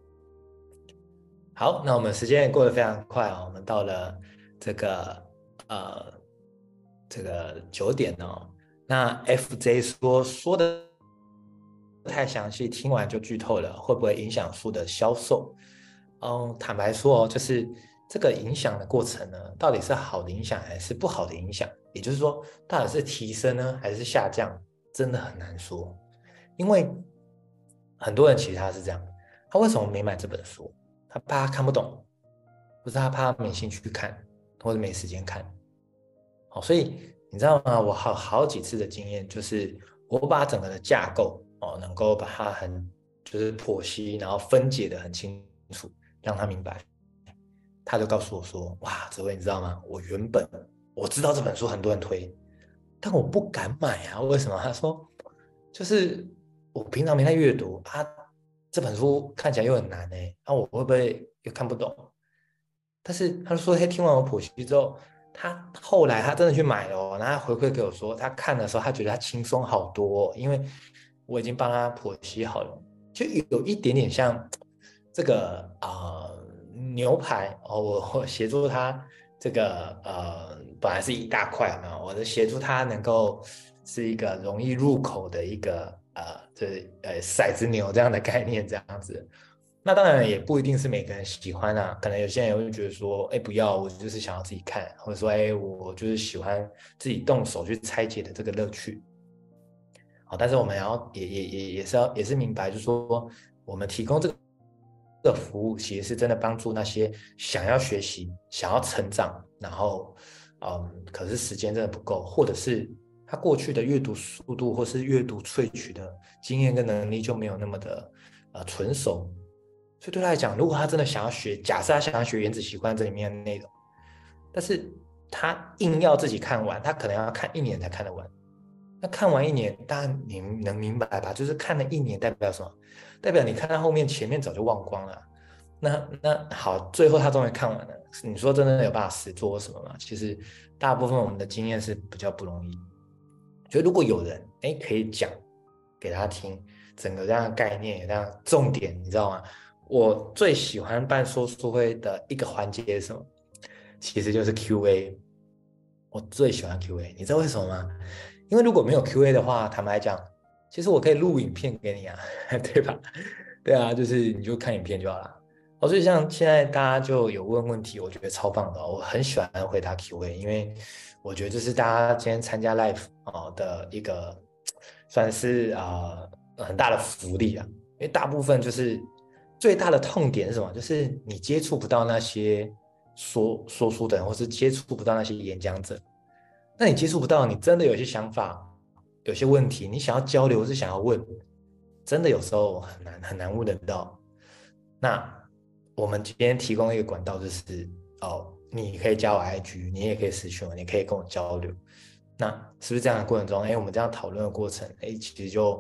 好，那我们时间也过得非常快哦，我们到了这个呃这个九点哦。那 F J 说说的太详细，听完就剧透了，会不会影响书的销售？嗯，坦白说哦，就是这个影响的过程呢，到底是好的影响还是不好的影响？也就是说，到底是提升呢，还是下降？真的很难说，因为很多人其实他是这样，他为什么没买这本书？他怕他看不懂，不是他怕他没兴趣看，或者没时间看。好，所以你知道吗？我好好几次的经验就是，我把整个的架构哦，能够把它很就是剖析，然后分解的很清楚，让他明白。他就告诉我说：“哇，泽伟，你知道吗？我原本我知道这本书很多人推，但我不敢买啊。为什么？”他说：“就是我平常没在阅读啊，这本书看起来又很难哎，啊，我会不会又看不懂？”但是他说，他听完我剖析之后，他后来他真的去买了哦，然后他回馈给我说，他看的时候他觉得他轻松好多哦，因为我已经帮他剖析好了，就有一点点像这个啊、呃、牛排哦，我我协助他这个呃本来是一大块嘛，我的协助他能够是一个容易入口的一个呃这呃骰子牛这样的概念这样子。那当然也不一定是每个人喜欢啊，可能有些人也会觉得说，哎，不要，我就是想要自己看，或者说，哎，我就是喜欢自己动手去拆解的这个乐趣。好，但是我们要也也也也是要也是明白，就是说，我们提供这个这个服务，其实是真的帮助那些想要学习、想要成长，然后，嗯，可是时间真的不够，或者是他过去的阅读速度或是阅读萃取的经验跟能力就没有那么的呃纯熟，所以对他来讲，如果他真的想要学，假设他想要学《原子习惯》这里面的内容，但是他硬要自己看完，他可能要看一年才看得完。那看完一年，大家你能明白吧？就是看了一年代表什么？代表你看到后面前面早就忘光了。那那好，最后他终于看完了。你说真的有办法实做什么吗？其实大部分我们的经验是比较不容易。所以如果有人哎可以讲给他听，整个这样的概念，这样重点，你知道吗？我最喜欢办说书会的一个环节是什么？其实就是 Q A。我最喜欢 Q A，你知道为什么吗？因为如果没有 Q A 的话，坦白讲，其实我可以录影片给你啊，对吧？对啊，就是你就看影片就好了。哦，所以像现在大家就有问问题，我觉得超棒的哦，我很喜欢回答 Q A，因为我觉得这是大家今天参加 live 哦的一个算是啊、呃、很大的福利啊，因为大部分就是最大的痛点是什么？就是你接触不到那些说说书的人，或是接触不到那些演讲者。那你接触不到，你真的有些想法，有些问题，你想要交流是想要问，真的有时候很难很难问得到。那我们今天提供一个管道，就是哦，你可以加我 I G，你也可以私讯我，你可以跟我交流。那是不是这样的过程中，哎，我们这样讨论的过程，哎，其实就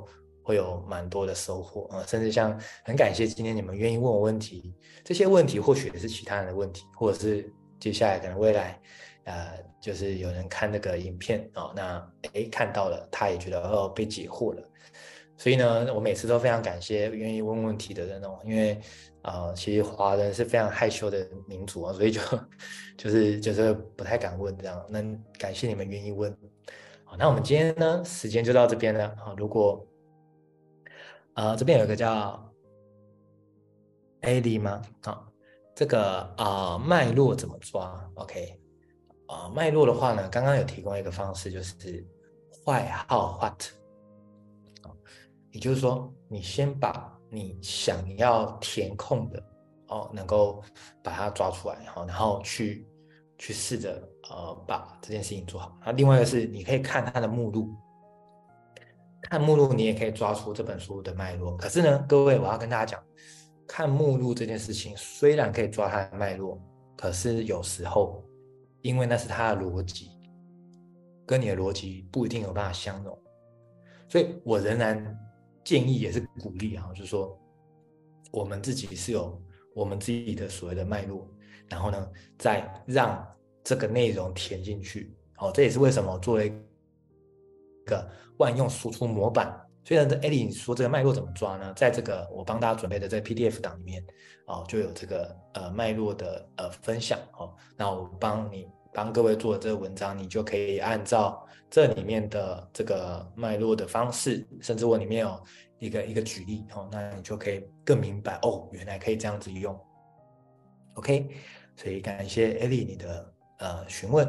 会有蛮多的收获啊、呃，甚至像很感谢今天你们愿意问我问题，这些问题或许也是其他人的问题，或者是接下来可能未来，呃，就是有人看那个影片哦，那诶看到了，他也觉得哦被解惑了，所以呢，我每次都非常感谢愿意问问题的人哦，因为呃，其实华人是非常害羞的民族啊，所以就就是就是不太敢问这样，那感谢你们愿意问。好，那我们今天呢，时间就到这边了啊。如果呃这边有一个叫 A 莉吗？好，这个啊、呃脉络怎么抓？OK，啊、呃脉络的话呢，刚刚有提供一个方式，就是坏号 what，也就是说，你先把你想要填空的哦，能够把它抓出来，好，然后去去试着呃把这件事情做好。那另外一个是，你可以看它的目录，看目录你也可以抓出这本书的脉络。可是呢，各位我要跟大家讲，看目录这件事情虽然可以抓它的脉络，可是有时候因为那是它的逻辑，跟你的逻辑不一定有办法相容。所以我仍然建议也是鼓励啊，就是说我们自己是有我们自己的所谓的脉络，然后呢，再让这个内容填进去。哦，这也是为什么我做了一个万用输出模板。所以呢，艾莉，你说这个脉络怎么抓呢？在这个我帮大家准备的这个 P D F 档里面，哦，就有这个呃脉络的呃分享哦。那我帮你帮各位做的这个文章，你就可以按照这里面的这个脉络的方式，甚至我里面有一个一个举例哦，那你就可以更明白哦，原来可以这样子用。OK，所以感谢艾莉你的呃询问，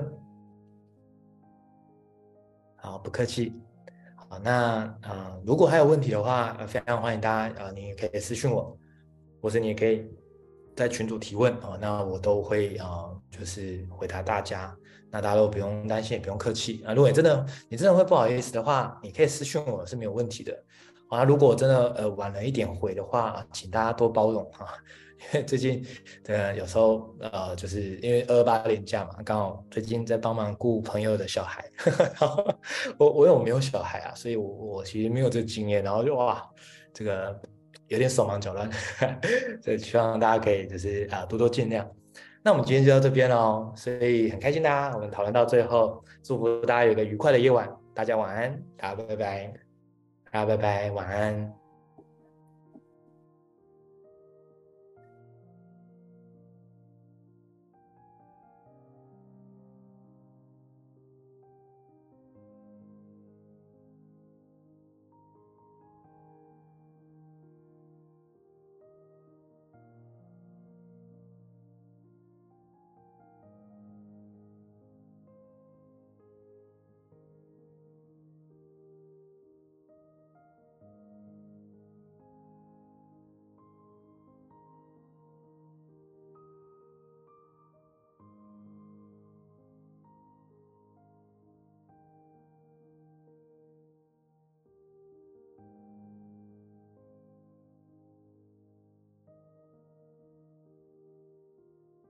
好，不客气。好，那呃，如果还有问题的话，呃，非常欢迎大家，呃，你也可以私讯我，或者你也可以在群组提问哦，那我都会呃，就是回答大家。那大家都不用担心，也不用客气啊。如果你真的你真的会不好意思的话，你可以私讯我是没有问题的。啊，如果我真的呃晚了一点回的话，请大家多包容啊。因为最近呃有时候呃就是因为二二八连假嘛，刚好最近在帮忙顾朋友的小孩，然后我我有没有小孩啊，所以我我其实没有这个经验，然后就哇这个有点手忙脚乱，所以希望大家可以就是啊、呃、多多见谅。那我们今天就到这边喽，所以很开心大家我们讨论到最后，祝福大家有一个愉快的夜晚，大家晚安，大家拜拜，大家拜拜，晚安。